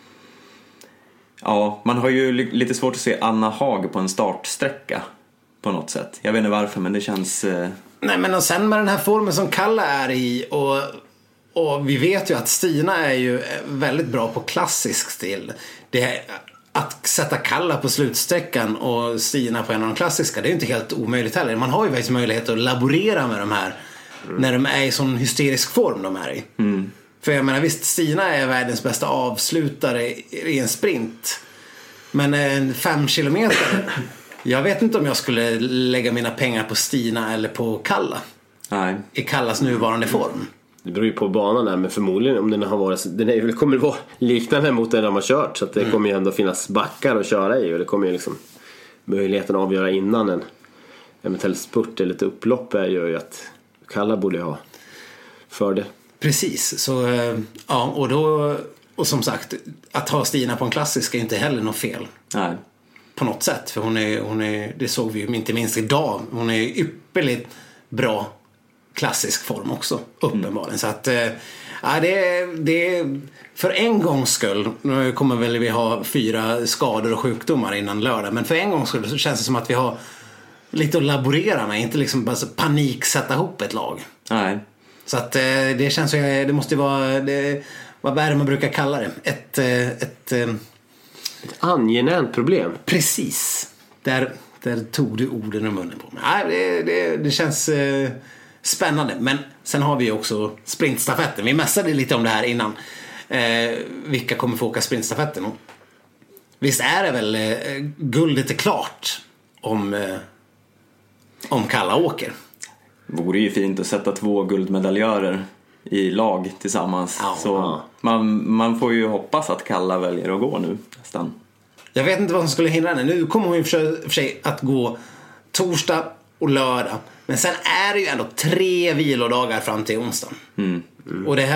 Ja, man har ju lite svårt att se Anna Haag på en startsträcka på något sätt. Jag vet inte varför, men det känns... Eh... Nej, men och sen med den här formen som Kalla är i och, och vi vet ju att Stina är ju väldigt bra på klassisk stil. Det är, att sätta Kalla på slutsträckan och Stina på en av de klassiska, det är ju inte helt omöjligt heller. Man har ju faktiskt möjlighet att laborera med de här mm. när de är i sån hysterisk form de är i. Mm. För jag menar, visst, Stina är världens bästa avslutare i en sprint. Men en fem kilometer, jag vet inte om jag skulle lägga mina pengar på Stina eller på Kalla. Nej. I Kallas nuvarande form. Det beror ju på banan där, men förmodligen om den har varit, den är, kommer vara liknande mot den de har kört. Så att det mm. kommer ju ändå finnas backar att köra i. Och det kommer ju liksom möjligheten att avgöra innan en eventuell spurt eller ett upplopp är ju att Kalla borde ha för det. Precis, så ja, och då och som sagt, att ha Stina på en klassisk är inte heller något fel. Nej. På något sätt, för hon är, hon är, det såg vi ju inte minst idag, hon är ypperligt bra klassisk form också, uppenbarligen. Mm. Så att ja, det, det för en gångs skull, nu kommer väl vi ha fyra skador och sjukdomar innan lördag, men för en gångs skull så känns det som att vi har lite att laborera med, inte liksom bara panik sätta ihop ett lag. Nej. Så att det känns ju, det måste vara det, vad är det man brukar kalla det? Ett, ett, ett angenämt problem. Precis. Där, där tog du orden i munnen på mig. Nej, det, det, det känns eh, spännande. Men sen har vi också sprintstafetten. Vi mässade lite om det här innan. Eh, vilka kommer få åka sprintstafetten? Och visst är det väl eh, guldet är klart om, eh, om Kalla åker. Det vore ju fint att sätta två guldmedaljörer i lag tillsammans. Ja. Så man, man får ju hoppas att Kalla väljer att gå nu nästan. Jag vet inte vad som skulle hindra henne. Nu kommer hon ju för, för sig att gå torsdag och lördag. Men sen är det ju ändå tre vilodagar fram till onsdag. Mm. Mm. Och det här,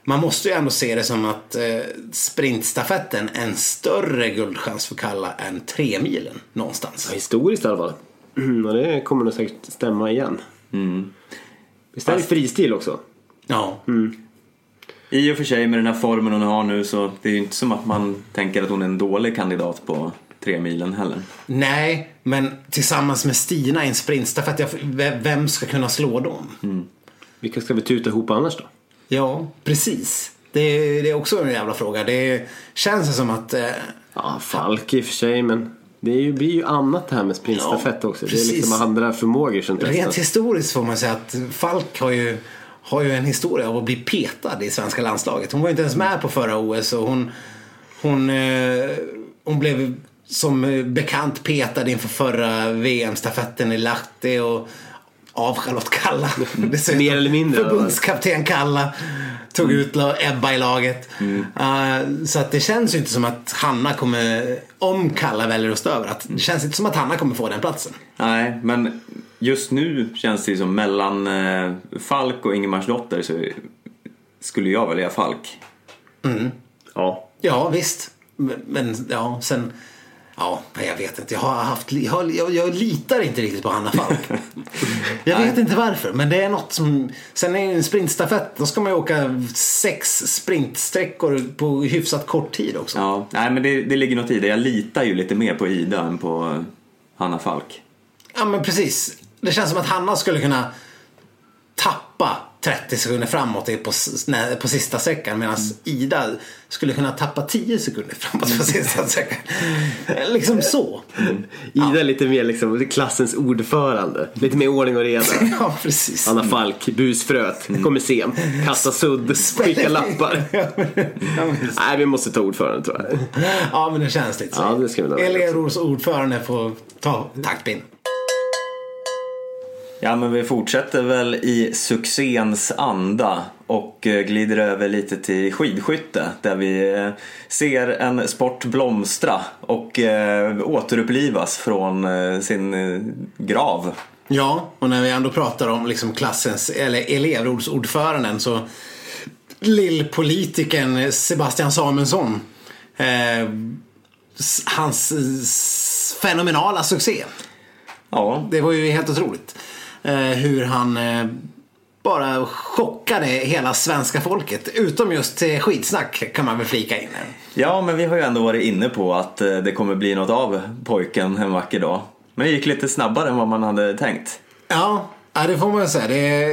man måste ju ändå se det som att eh, sprintstafetten är en större guldchans för Kalla än tremilen någonstans. Ja, historiskt i alla fall. Mm, och det kommer nog säkert stämma igen. Mm. Visst är det fristil också? Ja. Mm. I och för sig med den här formen hon har nu, så det är ju inte som att man tänker att hon är en dålig kandidat på tre milen heller. Nej, men tillsammans med Stina i en sprintstafett, jag, vem ska kunna slå dem? Mm. Vilka ska vi tuta ihop annars då? Ja, precis. Det är, det är också en jävla fråga. Det känns som att... Eh, Ja, Falk i och för sig, men det är ju, blir ju annat det här med sprintstafett Ja, också. precis. Det är liksom andra förmågor som testas. Rent historiskt får man säga att Falk har ju, har ju en historia av att bli petad i svenska landslaget. Hon var inte ens med på förra O S och hon, hon, eh, hon blev som bekant petad inför förra V M-stafetten i Lahti och av Charlotte Kalla. Mer eller mindre. Förbundskapten Kalla tog ut Ebba i laget. Mm. Uh, så att det känns ju inte som att Hanna kommer, om Kalla väljer att stå över, att det känns inte som att Hanna kommer få den platsen. Nej, men just nu känns det som mellan eh, Falk och Ingemarsdotter så skulle jag välja Falk. Mm. Ja. Ja, visst. Men, men ja, sen... Ja, jag vet inte. Jag har haft jag, har, jag, jag litar inte riktigt på Hanna Falk. Jag vet inte varför, men det är något som... Sen är det en sprintstafett, då ska man ju åka sex sprintsträckor på hyfsat kort tid också. Ja, nej men det, det ligger något i det. Jag litar ju lite mer på Ida än på Hanna Falk. Ja, men precis. Det känns som att Hanna skulle kunna tappa trettio sekunder framåt på, på sista sträckan, medan Ida skulle kunna tappa tio sekunder framåt på sista sträckan. Liksom så. Mm. Ida är lite mer liksom klassens ordförande. Lite mer ordning och reda. Ja, precis. Anna Falk, busfröt, kommer sen, kasta sudd, skicka lappar. Nej, vi måste ta ordförande, tror jag. Ja, men det känns lite så. Ja, det ska vi nog. Elevråds ordförande får ta taktpinn. Ja, men vi fortsätter väl i succéns anda och glider över lite till skidskytte där vi ser en sport blomstra och äh, återupplivas från äh, sin äh, grav. Ja, och när vi ändå pratar om liksom klassens eller elevrådsordföranden, så lillpolitiken Sebastian Samuelsson, eh, hans fenomenala succé. Ja. Det var ju helt otroligt. Eh, hur han eh, bara chockade hela svenska folket. Utom just eh, skitsnack kan man väl flika in här. Ja, men vi har ju ändå varit inne på att eh, det kommer bli något av pojken en vacker dag. Men det gick lite snabbare än vad man hade tänkt. Ja, ja det får man säga. Det,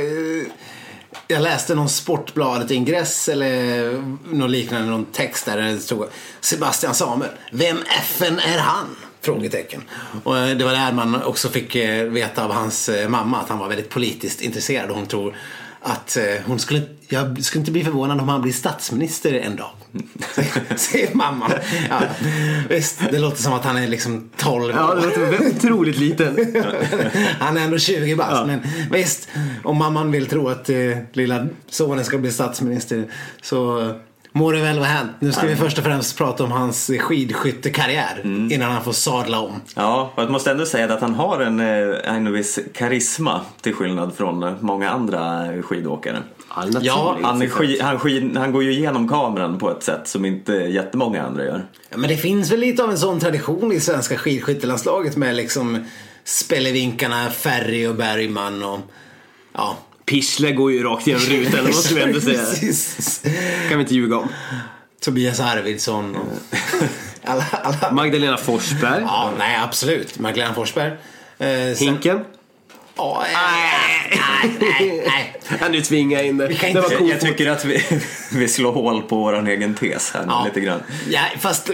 jag läste någon Sportbladet ingress eller någon liknande, någon text där det stod Sebastian Samuel, vem F'n är han? Frågetecken. Och det var där man också fick veta av hans mamma att han var väldigt politiskt intresserad, och hon tror att hon skulle, jag skulle inte bli förvånad om han blir statsminister en dag. Säger mamman. Ja, visst, det låter som att han är liksom tolv. Ja, det låter väldigt otroligt liten. Han är ändå tjugo bast, ja. Men visst, om mamman vill tro att eh, lilla sonen ska bli statsminister, så må det väl vara hänt. Nu ska vi först och främst prata om hans skidskyttekarriär mm. innan han får sadla om. Ja, jag måste ändå säga att han har en, en viss karisma till skillnad från många andra skidåkare. Ja, han, är skid, han, skid, han går ju igenom kameran på ett sätt som inte jättemånga andra gör. Ja, men det finns väl lite av en sån tradition i svenska skidskyttelandslaget med liksom spelevinkarna Ferry och Bergman och ja. Pichler går ju rakt genom rutan, det måste vi ändå säga. Kan vi inte ljuga om. Tobias Arvidsson och alla, alla. Magdalena Forsberg. Ja, nej, absolut. Magdalena Forsberg. Eh, sen... Hinken. Oh, nej, nej, nej, nej. Ja, nu tvingar in det. Det var cool. Jag tycker att vi, vi slår hål på vår egen tes här ja. lite grann. Ja, fast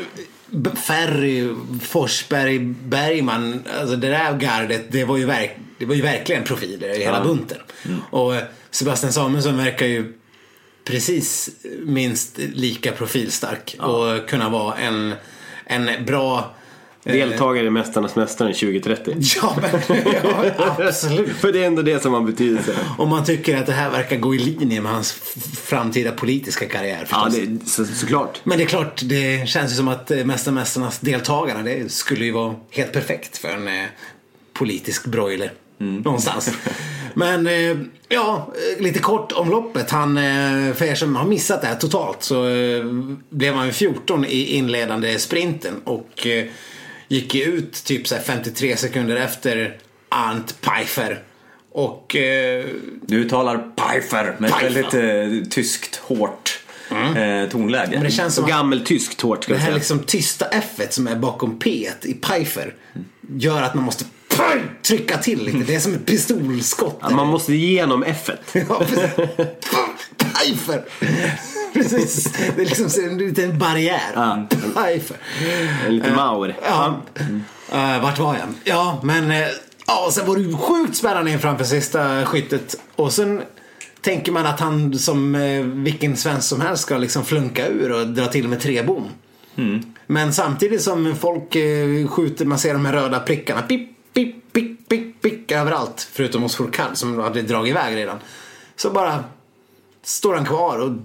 Ferry, Forsberg, Bergman, alltså det där gardet, det var ju, verk, det var ju verkligen profiler i hela ja. bunten. Mm. Och Sebastian Samuelsson verkar ju precis minst lika profilstark ja. och kunna vara en, en bra deltagare i Mästarnas mästaren tjugo trettio. Ja, men, ja, absolut. För det är ändå det som har betydelse. Om man tycker att det här verkar gå i linje med hans f- framtida politiska karriär. Förstås. Ja, det, så, såklart. Men det är klart, det känns ju som att Mästarmästarnas deltagarna, det skulle ju vara helt perfekt för en eh, politisk broiler. Mm. Någonstans. Men eh, ja, lite kort om loppet. Han, eh, för er som har missat det här totalt, så eh, blev han ju fjorton i inledande sprinten och eh, gick ju ut typ så här femtiotre sekunder efter Arndt Pfeiffer. Och eh, du uttalar Pfeiffer med Pfeiffer. ett väldigt eh, tyskt hårt mm. eh, tonläge. Men det känns som gammeltyskt hårt, ska det jag här säga. liksom tysta F-et som är bakom P i Pfeiffer gör att man måste trycka till lite. Det är som ett pistolskott. Ja, man måste igenom F-et. Ja, precis. Pfeiffer. Precis. Det är liksom en liten barriär. Ja. Pfeiffer. En liten maur. Ja. Uh, vart var jag? Ja, men uh, ja, sen var det ju sjukt spännande in framför sista skyttet. Och sen tänker man att han som uh, vilken svensk som helst ska liksom flunka ur och dra till med tre bom. Mm. Men samtidigt som folk uh, skjuter, man ser de här röda prickarna pip, pip, pip, pip, pip överallt, förutom hos Fourcade som hade dragit iväg redan, så bara står han kvar och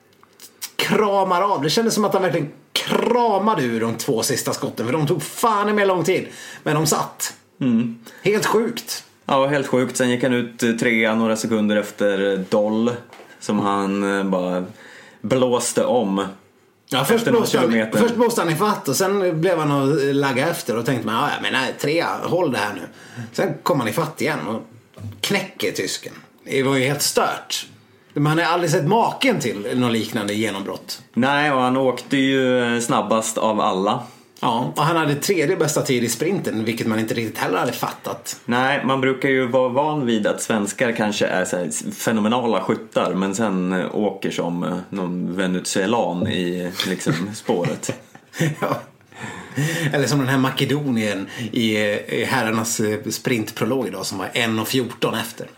kramar av. Det kändes som att han verkligen kramade ur de två sista skotten, för de tog fan i mer lång tid, men de satt. Mm. Helt sjukt. Ja, helt sjukt. Sen gick han ut trea några sekunder efter Doll, som han bara blåste om. Ja, först blåste, han, först blåste han i fatt och sen blev han och lagga efter och tänkte man, ja men nej, trea, håll det här nu. Sen kom han i fatt igen och knäcker tysken. Det var ju helt stört. Man har aldrig sett maken till något liknande genombrott. Nej, och han åkte ju snabbast av alla. Ja, och han hade tredje bästa tid i sprinten, vilket man inte riktigt heller hade fattat. Nej, man brukar ju vara van vid att svenskar kanske är så här fenomenala skyttar, men sen åker som någon venezuelan i liksom spåret. Ja. Eller som den här Makedonien i, i herrarnas sprintprolog idag som var en fjorton efter.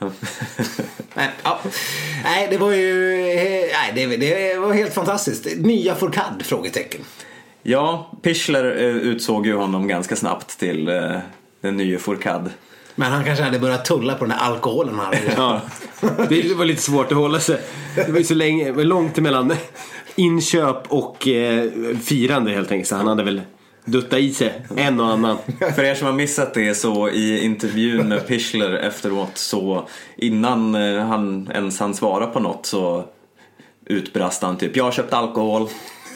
Men, ja. Nej, det var ju nej, det, det var helt fantastiskt. Nya Fourcade, frågetecken. Ja, Pichler utsåg ju honom ganska snabbt till uh, den nya Fourcade. Men han kanske hade börjat tulla på den här alkoholen här. Ja. Det var lite svårt att hålla sig. Det var ju så länge, det var långt emellan inköp och eh, firande helt enkelt. Så han hade väl dutta i sig en och annan. För er som har missat det, så i intervjun med Pichler efteråt, så innan eh, han ens han svara på något, så utbrast han typ, jag har köpt alkohol.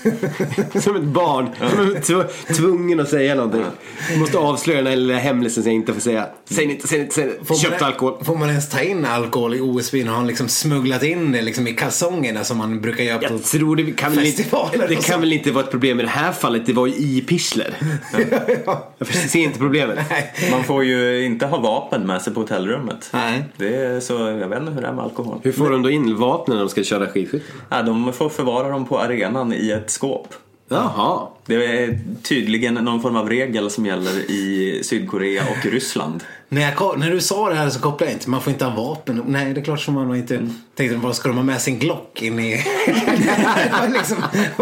Som ett barn. Som tvungen att säga någonting. Du måste avslöja den här lilla hemlisen så jag inte får säga. Säg inte, säg inte, säg inte. Får Köpt man, alkohol. Får man ens ta in alkohol i O S B? Har han liksom smugglat in det liksom i kalsongerna som man brukar göra på jag tror det kan väl inte, det kan väl inte vara ett problem i det här fallet. Det var ju i Pichler. Ja. Jag ser inte problemet. Nej. Man får ju inte ha vapen med sig på hotellrummet. Nej. Det är så, jag vet inte hur det är med alkohol. Hur får de då in vapnen när de ska köra skidskytte? Ja, de får förvara dem på arenan i ett skåp. Jaha. Det är tydligen någon form av regel som gäller i Sydkorea och Ryssland. När, jag, när du sa det här så kopplade jag inte. Man får inte ha vapen. Nej, det är klart som man inte mm. tänkte. Vad ska de ha med sin Glock in i? liksom,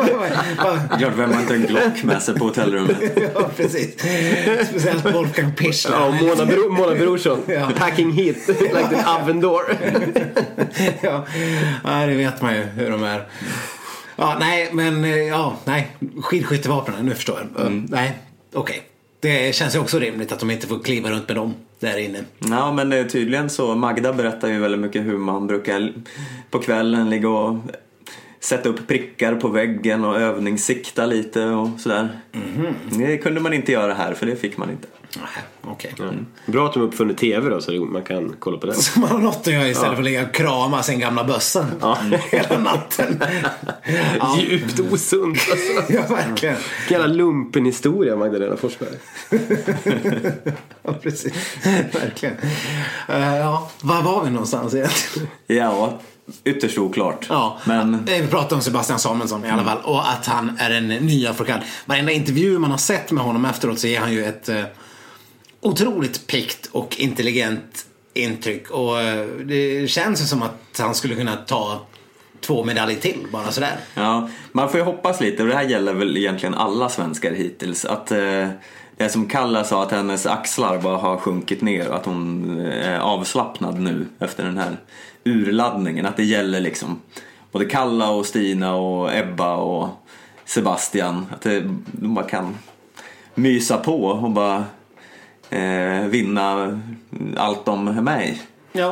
Klart, vem har inte en Glock med sig på hotellrummet? Ja, precis. Speciellt Wolfgang Pichler. Ja, Mona, Bro, Mona Brorsson. Ja. Packing hit like the oven door. Ja. Ja, det vet man ju hur de är. Ja, nej, men ja, nej. Skidskyttevapen, nu förstår jag. Mm. Nej, okej. Okay. Det känns ju också rimligt att de inte får kliva runt med dem där inne. Ja, men tydligen så, Magda berättar ju väldigt mycket hur man brukar på kvällen ligga och sätta upp prickar på väggen och övningssikta lite och sådär. Mm-hmm. Det kunde man inte göra här, för det fick man inte. Okej. Okay. Mm. Bra att de uppfunnit tv då, så man kan kolla på det. Så man har något att göra istället ja. för att ligga och krama sin gamla bössa ja. hela natten. Ja. Djupt osunt alltså. Ja, verkligen. Jävla lumpen historia, Magdalena Forsberg. Ja, precis. Verkligen. Uh, ja, var var vi någonstans egentligen? Ja, ytterst oklart. Ja, men... vi pratade om Sebastian Samuelsson i alla fall. Och att han är en nya Fourcade. Varenda intervju man har sett med honom efteråt så ger han ju ett uh, otroligt pikt och intelligent intryck. Och uh, det känns ju som att han skulle kunna ta två medaljer till, bara sådär. Ja, man får ju hoppas lite. Och det här gäller väl egentligen alla svenskar hittills. Att... Uh... Det som Kalla sa, att hennes axlar bara har sjunkit ner och att hon är avslappnad nu efter den här urladdningen. Att det gäller liksom både Kalla och Stina och Ebba och Sebastian. Att det, de bara kan mysa på och bara eh, vinna allt de är med i. Ja,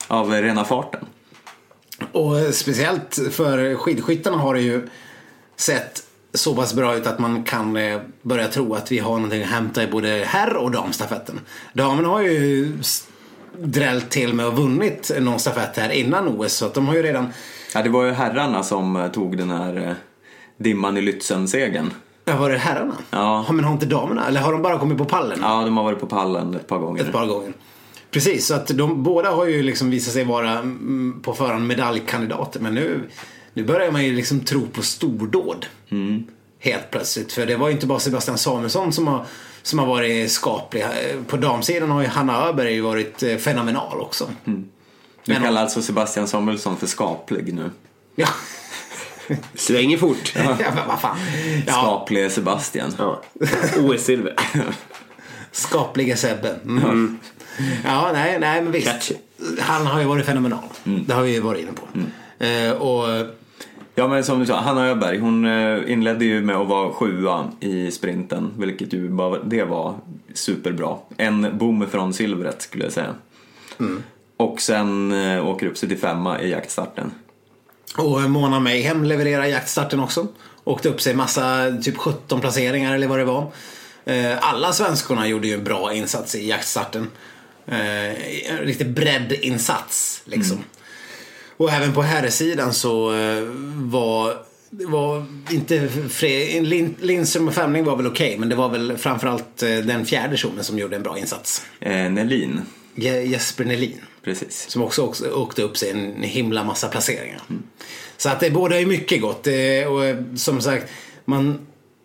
av rena farten. Och speciellt för skidskyttarna har det ju sett så pass bra ut att man kan börja tro att vi har någonting att hämta i både herr- och damstafetten. Damerna har ju drällt till med och vunnit någon stafett här innan O S, så att de har ju redan... Ja, det var ju herrarna som tog den här dimman i Lützen-segern. Ja, var det herrarna? Ja. Men har inte damerna? Eller har de bara kommit på pallen? Ja, de har varit på pallen ett par gånger. Ett par gånger. Precis, så att de båda har ju liksom visat sig vara mm, på förhand medaljkandidater. Men nu, nu börjar man ju liksom tro på stordåd. Mm. Helt plötsligt. För det var ju inte bara Sebastian Samuelsson som har, som har varit skaplig. På damsidan har ju Hanna Öberg varit fenomenal också. Mm. Du Men, kallar alltså Sebastian Samuelsson för skaplig nu? Ja. Svänger fort. Ja, men vad fan. Ja. Skaplig Sebastian. Ja. O S-silver. Skapliga Sebbe. Mm. Mm. Ja, nej, nej, men visst. Catchy. Han har ju varit fenomenal. Mm. Det har vi ju varit inne på. Mm. Eh, och... Ja, men som du sa, Hanna Öberg, hon inledde ju med att vara sjua i sprinten, vilket ju bara, det var superbra. En bom från silvret skulle jag säga. Mm. Och sen äh, åker upp sig till femma i jaktstarten. Och Mona Mayhem levererar jaktstarten också. Åkte upp sig massa, typ sjutton placeringar eller vad det var. Eh, alla svenskorna gjorde ju en bra insats i jaktstarten. Eh, en riktigt breddinsats liksom. Mm. Och även på herrsidan så eh, var var inte fre, Lin, Lindström och Femling var väl okej, okay, men det var väl framförallt eh, den fjärde personen som gjorde en bra insats. Eh, Nelin. Je, Jesper Nelin. Precis. Som också, också åkte upp sig en himla massa placeringar. Mm. Så att det båda är mycket gott. Eh, och eh, som sagt, man...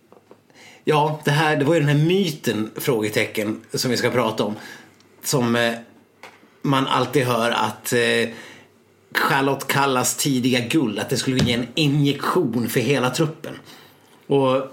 Ja, det här, det var ju den här myten, frågetecken, som vi ska prata om. Som eh, man alltid hör att... Eh, Charlotte Kallas tidiga guld, att det skulle ge en injektion för hela truppen. Och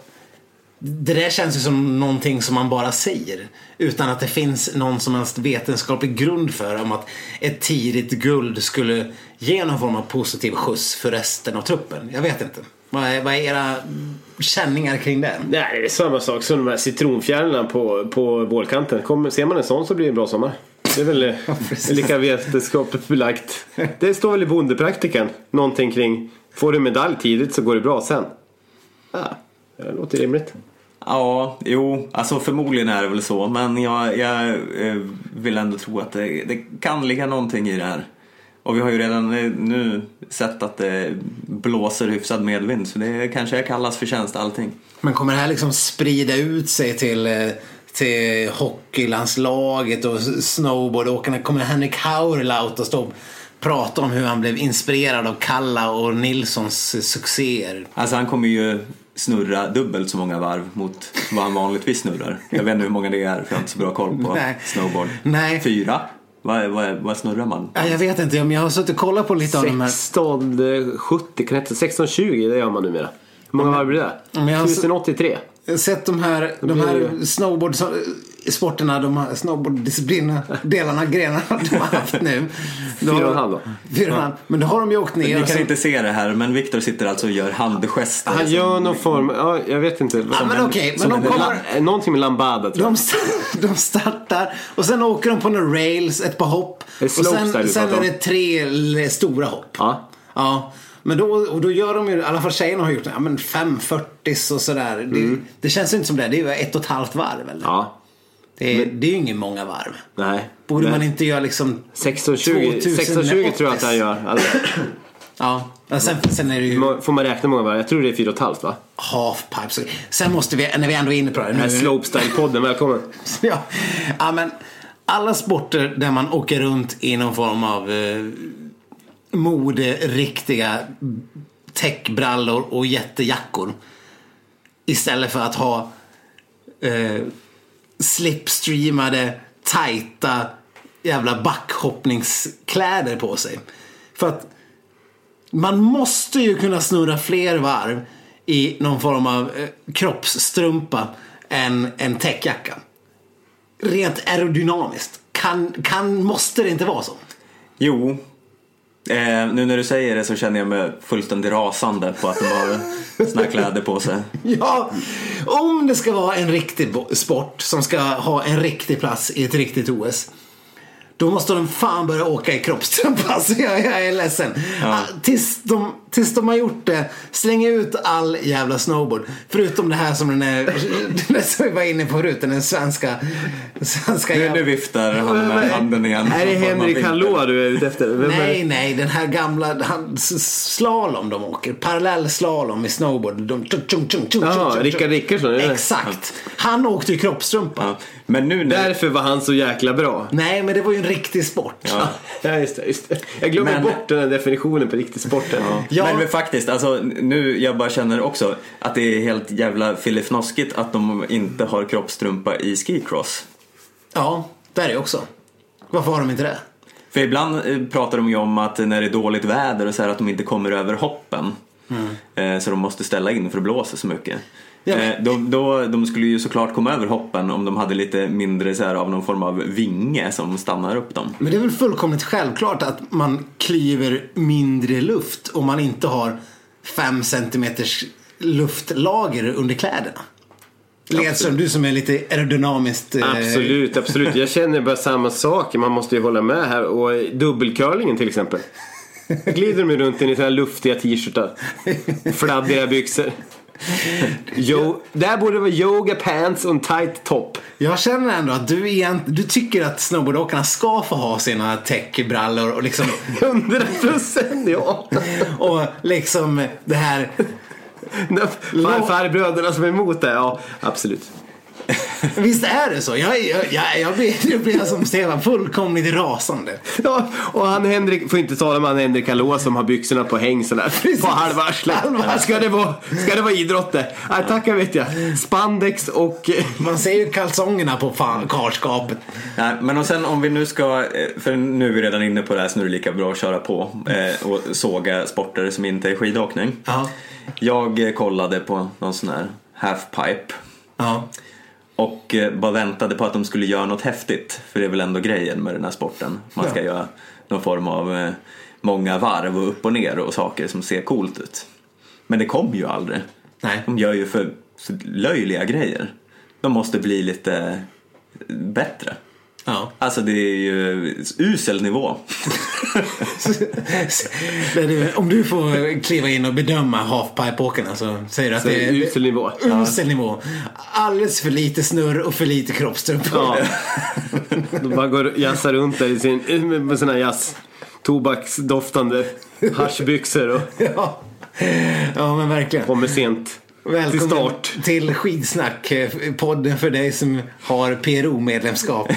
det där känns ju som någonting som man bara säger utan att det finns någon som helst vetenskaplig grund för om att ett tidigt guld skulle ge någon form av positiv skjuts för resten av truppen. Jag vet inte. Vad är, vad är era känningar kring det? Nej, det är samma sak som de här citronfjärilarna på, på vårkanten. Kommer, ser man en sån så blir det en bra sommar. Det är väl ja, lika vetenskapligt belagt. Det står väl i bondepraktiken någonting kring, får du medalj tidigt så går det bra sen. Ja, det låter rimligt. Ja, jo, alltså förmodligen är det väl så. Men jag, jag vill ändå tro att det, det kan ligga någonting i det här. Och vi har ju redan nu sett att det blåser hyfsad medvind. Så det kanske kallas förtjänst allting. Men kommer det här liksom sprida ut sig till... till hockeylandslaget och snowboardåkarna? Kommer Henrik Haurlaut att stå och prata om hur han blev inspirerad av Kalla och Nilssons succéer? Alltså han kommer ju snurra dubbelt så många varv mot vad han vanligtvis snurrar. Jag vet inte hur många det är, för jag har inte så bra koll på Nej. snowboard. Nej. Fyra? Vad, vad, vad snurrar man? Ja, jag vet inte, men jag har suttit och kollat på lite av de här. sexton sjuttio, kan det sexton tjugo, det gör man numera. Hur många varv blir det? tusen åttiotre. Jag har sett de här, de här snowboard-sporterna, de här snowboard-disciplinerna, delarna, grenarna de har haft nu. Fyra och en halv då. Fyra och en halv. Men då har de ju åkt ner. Ni kan sen... inte se det här, men Viktor sitter alltså och gör handgester. Han gör någon form, ja, jag vet inte. Ja, men okej, okay, men de kommer... Någonting med lambada, tror jag. De, st- de startar, och sen åker de på några rails, ett par hopp. Och sen, sen är det tre stora hopp. Ja. Ja. Men då, och då gör de ju, i alla fall tjejerna har gjort ja, men fem fyrtio och sådär. Mm. Det, det känns inte som det, det är ju ett och ett halvt varv eller? Ja. Det är, men, det är ju inget många varv. Nej. Borde nej. man inte göra liksom sexton tjugo tror jag att han gör. Alltså. Ja, men sen, sen är det ju... Får man räkna många varv? Jag tror det är fyra och ett halvt, va? Halfpipes. Sen måste vi, när vi ändå är inne på det. Den här Slopestyle-podden, välkommen. ja, ja, men alla sporter där man åker runt i någon form av... Eh, mode, riktiga techbrallor och jättejackor istället för att ha eh, slipstreamade tajta jävla backhoppningskläder på sig. För att man måste ju kunna snurra fler varv i någon form av eh, kroppsstrumpa än en techjacka. Rent aerodynamiskt kan, kan, måste det inte vara så? Jo. Eh, nu när du säger det så känner jag mig fullständigt rasande på att de har såna här kläder på sig. Ja, om det ska vara en riktig sport som ska ha en riktig plats i ett riktigt O S, då måste de fan börja åka i kroppstrumpa. Alltså jag, jag är ledsen. Ja. Tills, de, tills de har gjort det, släng ut all jävla snowboard. Förutom det här som den är, det som vi var inne på förut, den svenska, svenska nu, nu viftar han med handen igen. Är det Henrik Hallå du är ute efter? Vem nej, nej, den här gamla han, slalom de åker. Parallell slalom i snowboard. De, tjung, tjung, tjung, tjung, Jaha, tjung, Rickard Rickardsson. Exakt. Han åkte i kroppstrumpa. Ja. Men nu när... Därför var han så jäkla bra. Nej, men det var ju en riktig sport. Ja, ja just det, just det. Jag glömmer men... bort den här definitionen på riktig sport. Ja. Ja. Men, men faktiskt, alltså, nu jag bara känner också att det är helt jävla fillefnoskigt att de inte har kroppstrumpa i skicross. Ja, det är det också. Varför har de inte det? För ibland pratar de ju om att när det är dåligt väder och så här, att de inte kommer över hoppen. Mm. Så de måste ställa in för att blåsa så mycket. Ja, men... de, då, de skulle ju såklart komma över hoppen om de hade lite mindre så här, av någon form av vinge som stannar upp dem. Men det är väl fullkomligt självklart att man klyver mindre luft om man inte har fem centimeters luftlager under kläderna. Ledström, du som är lite aerodynamiskt eh... Absolut, absolut. Jag känner bara samma sak. Man måste ju hålla med här. Och dubbelcurlingen till exempel. Glider de runt i såna här luftiga t-shirtar, fladdiga byxor. Jo, där borde det vara yoga pants och en tight top. Jag känner ändå att du, igen, du tycker att snowboardåkarna ska få ha sina techbrallor och liksom hundra procent, ja. Och liksom det här farbröderna som är emot det, ja, absolut. Visst är det så. Jag, jag, jag, jag blir, jag blir som Stefan fullkomligt rasande. Ja, och han Henrik, får inte tala med han Henrik Hallå som har byxorna på häng sådär på halvarslet. Ska det vara, ska det vara idrott det? Nej, tackar vet jag. Spandex och... Man ser ju kalsongerna på fan, karskapet. Nej, men och sen om vi nu ska, för nu är vi redan inne på det här så nu är det lika bra att köra på eh, och såga sporter som inte är skidåkning. Ja. Jag kollade på någon sån här halfpipe. Ja. Och bara väntade på att de skulle göra något häftigt. För det är väl ändå grejen med den här sporten. Man ska ja. göra någon form av eh, många varv och upp och ner och saker som ser coolt ut. Men det kommer ju aldrig. Nej. De gör ju för, för löjliga grejer. De måste bli lite bättre. Ja. Alltså det är ju usel nivå. Om du får kliva in och bedöma halfpipe-åkarna så säger du att så det är usel nivå. Usel nivå. Alldeles för lite snurr och för lite kroppstrumpor. Ja. De bara går och jassar runt där i sin, med såna jazz tobaksdoftande haschbyxor och... Ja. Ja, men verkligen. Kommer sent. Välkommen till start till Skidsnack, podden för dig som har P R O-medlemskap.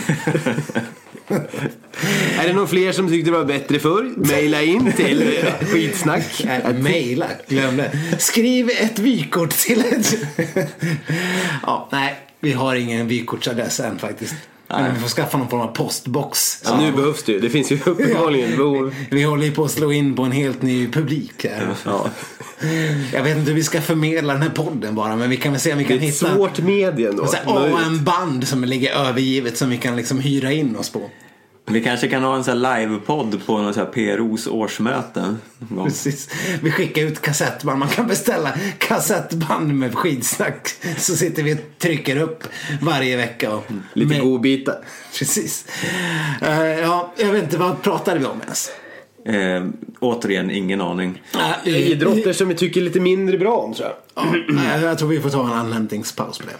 Är det någon fler som tyckte det var bättre förr? Maila in till Skidsnack. Äh, maila, glöm det. Skriv ett vykort till ett... Ja, nej, vi har ingen vykortsadress än faktiskt. Men vi får skaffa någon form av postbox. Ja, nu behövs det ju. Det finns ju uppenbarligen behov. Vi, vi håller ju på att slå in på en helt ny publik här. Ja. Jag vet inte hur vi ska förmedla den här podden bara, men vi kan väl se om vi kan hitta... hitta... Det är ett svårt medie då. A M band som ligger övergivet som vi kan liksom hyra in oss på. Vi kanske kan ha en sån här livepodd på någon sån här P R O's årsmöte. Precis. Vi skickar ut kassettband. Man kan beställa kassettband med skidsnack. Så sitter vi och trycker upp varje vecka. Och lite med... godbitar. Precis. Uh, ja, jag vet inte, vad pratade vi om ens? Eh, återigen, ingen aning. Uh, Idrotter som vi tycker lite mindre bra om, tror jag. Ja, jag tror vi får ta en anhämtningspaus på det.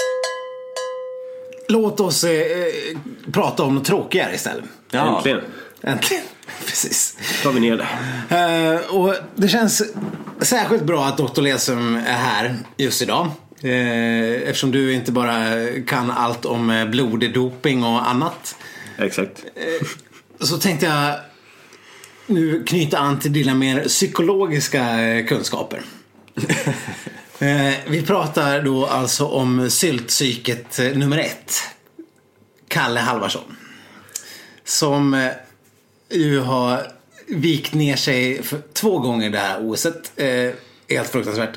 Låt oss eh, prata om något tråkigare istället. Ja. Äntligen. Äntligen. Precis. Tar vi ner det. Uh, och det känns särskilt bra att doktor Ledström är här just idag. Uh, eftersom du inte bara kan allt om bloddoping och annat. Exakt. Uh, så tänkte jag nu knyta an till dina mer psykologiska kunskaper. uh, vi pratar då alltså om syltpsyket nummer ett. Kalle Halvarsson. Som ju har vikt ner sig för två gånger det här oset. Eh, helt fruktansvärt.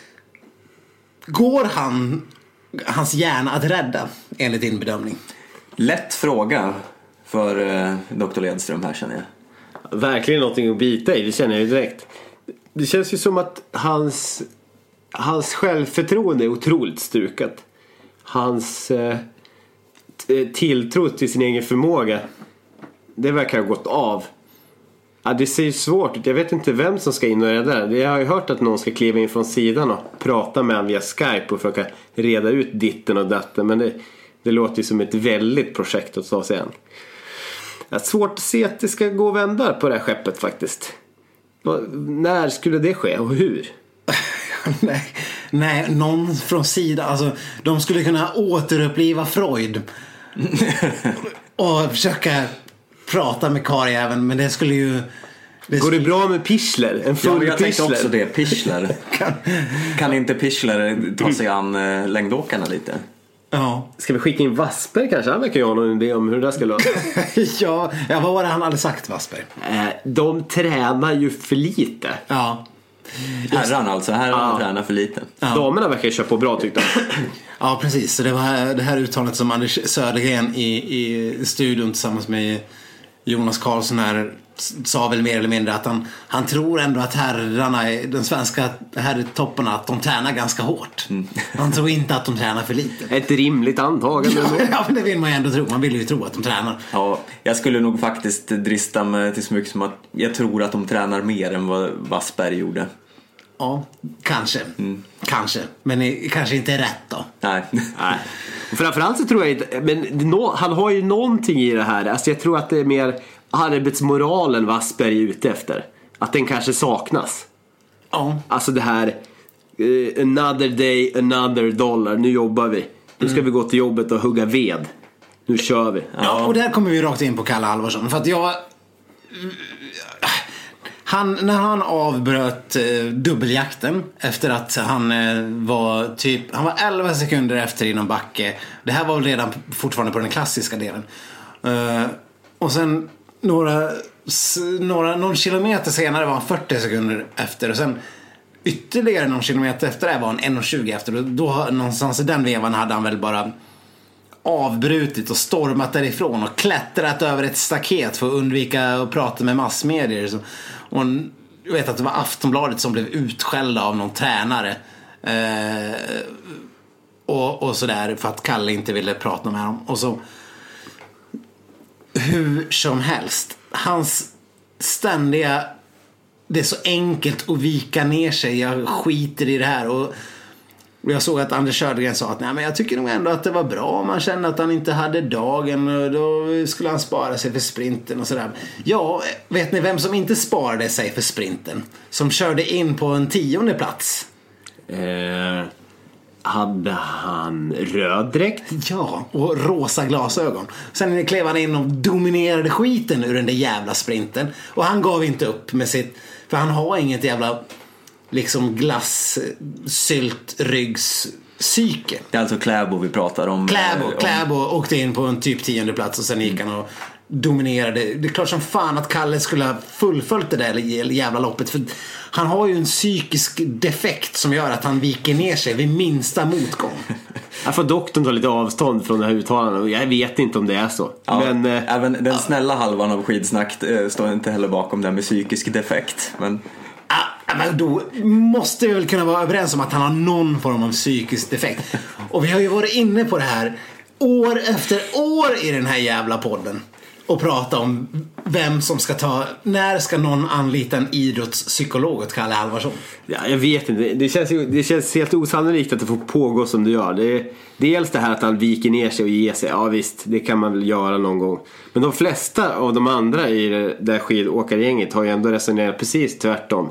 Går han hans hjärna att rädda enligt din bedömning? Lätt fråga för eh, doktor Ledström här, känner jag. Verkligen någonting att bita i, det känner jag ju direkt. Det känns ju som att hans hans självförtroende är otroligt stukat. Hans eh, tilltro till sin egen förmåga det verkar ha gått av. Ja, det ser ju svårt ut. Jag vet inte vem som ska in och rädda det. Jag har ju hört att någon ska kliva in från sidan och prata med honom via Skype och försöka reda ut ditten och datten. Men det, det låter ju som ett väldigt projekt att ta sig an. Det är svårt att se att det ska gå och vända på det här skeppet faktiskt. När skulle det ske och hur? nej, nej, någon från sidan. Alltså, de skulle kunna återuppliva Freud och försöka prata med karljäveln, men det skulle ju det Går skulle... det bra med Pichler? En full ja, jag tänkte Pichler. också det, Pichler. kan, kan inte Pichler ta sig an äh, längdåkarna lite? Ja. Ska vi skicka in Wasper kanske? Han verkar ju ha någon idé om hur det där ska lösa. ja, ja, vad var det han hade sagt, Wasper? Eh, de tränar ju för lite. Ja. Herran alltså, herran Ja. tränar för lite. Ja. Damerna verkar köra på bra tyckte jag. Ja, precis. Så det var det här uttalet som Anders Södergren i, i studion tillsammans med Jonas Karlsson här sa väl mer eller mindre att han, han tror ändå att herrarna, den svenska herrtopparna, att de tränar ganska hårt. Mm. Han tror inte att de tränar för lite. Ett rimligt antagande. Ja, men det vill man ju ändå tro. Man vill ju tro att de tränar. Ja, jag skulle nog faktiskt drista mig till så mycket som att jag tror att de tränar mer än vad Wassberg gjorde. Ja, kanske. Mm. Kanske. Men det kanske inte är rätt då. Nej. Nej. Och framförallt så tror jag inte, men no, han har ju någonting i det här. Alltså jag tror att det är mer arbetsmoralen Wassberg är ute efter. Att den kanske saknas. Ja. Alltså det här uh, another day, another dollar. Nu jobbar vi. Nu ska mm. vi gå till jobbet och hugga ved. Nu kör vi. Ja, och där kommer vi rakt in på Kalle Halvarsson. För att jag... Han, när han avbröt eh, dubbeljakten efter att han eh, var typ han var elva sekunder efter inom backe. Det här var väl redan fortfarande på den klassiska delen. Uh, och sen några, s, några någon kilometer senare var han fyrtio sekunder efter, och sen ytterligare någon kilometer efter det var han en tjugo efter, och då någonstans i den vevan hade han väl bara avbrutit och stormat därifrån och klättrat över ett staket för att undvika att prata med massmedier. Så, och jag vet att det var Aftonbladet som blev utskällda av någon tränare eh, och, och sådär för att Kalle inte ville prata med dem. Och så hur som helst, hans ständiga, det är så enkelt att vika ner sig, jag skiter i det här. Och jag såg att Anders Södergren sa att nej, men jag tycker nog ändå att det var bra om man kände att han inte hade dagen, och då skulle han spara sig för sprinten och sådär. Ja, vet ni vem som inte sparade sig för sprinten? Som körde in på en tionde plats? Eh, hade han röd dräkt? Ja, och rosa glasögon. Sen klev han in och dominerade skiten ur den där jävla sprinten. Och han gav inte upp med sitt, för han har inget jävla liksom glass sylt ryggs psyke. Det är alltså Kläbo vi pratar om. Kläbo, om... Kläbo åkte in på en typ tionde plats och sen gick han och dominerade. Det är klart som fan att Kalle skulle ha fullföljt det där jävla loppet, för han har ju en psykisk defekt som gör att han viker ner sig vid minsta motgång. Jag får doktorn ta lite avstånd från det här uttalandet, och jag vet inte om det är så. Ja, men äh, även den ja. snälla halvan av skidsnack äh, står inte heller bakom det med psykisk defekt, men Ah, men då måste vi väl kunna vara överens om att han har någon form av psykisk defekt. Och vi har ju varit inne på det här år efter år i den här jävla podden och prata om vem som ska ta, när ska någon anlita en idrottspsykolog åt Kalle Halvarsson? Ja, jag vet inte. Det känns, det känns helt osannolikt att det får pågå som det gör. Det är dels det här att han viker ner sig och ger sig. Ja visst, det kan man väl göra någon gång. Men de flesta av de andra i det där skidåkargänget har ju ändå resonerat precis tvärtom.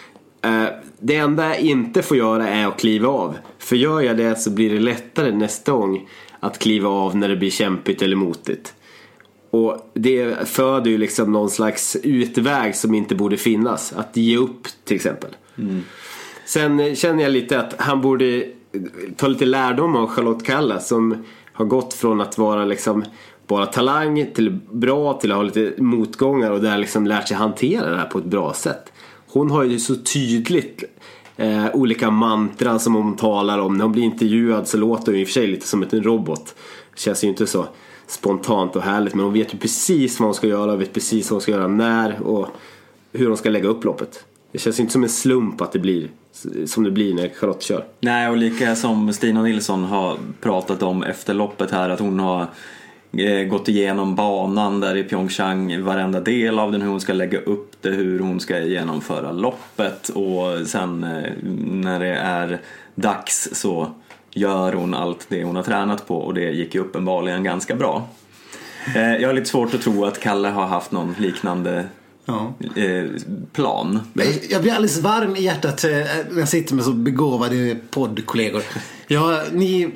Det enda jag inte får göra är att kliva av. För gör jag det så blir det lättare nästa gång att kliva av när det blir kämpigt eller motigt. Och det föder ju liksom någon slags utväg som inte borde finnas. Att ge upp till exempel. Mm. Sen känner jag lite att han borde ta lite lärdom av Charlotte Kalla, som har gått från att vara liksom bara talang till bra till att ha lite motgångar, och där liksom lärt sig hantera det här på ett bra sätt. Hon har ju så tydligt eh, olika mantran som hon talar om. När hon blir intervjuad så låter hon i och för sig lite som en robot. Känns ju inte så spontant och härligt, men hon vet ju precis vad hon ska göra, vet precis vad hon ska göra när och hur hon ska lägga upp loppet. Det känns inte som en slump att det blir som det blir när Charlotte kör. Nej, och lika som Stina Nilsson har pratat om efter loppet här, att hon har eh, gått igenom banan där i Pyeongchang, varenda del av den, hur hon ska lägga upp det, hur hon ska genomföra loppet, och sen eh, när det är dags så gör hon allt det hon har tränat på, och det gick ju uppenbarligen ganska bra. eh, Jag har lite svårt att tro att Kalle har haft någon liknande Ja. Eh, plan. Jag blir alldeles varm i hjärtat när jag sitter med så begåvade poddkollegor. Ja, ni,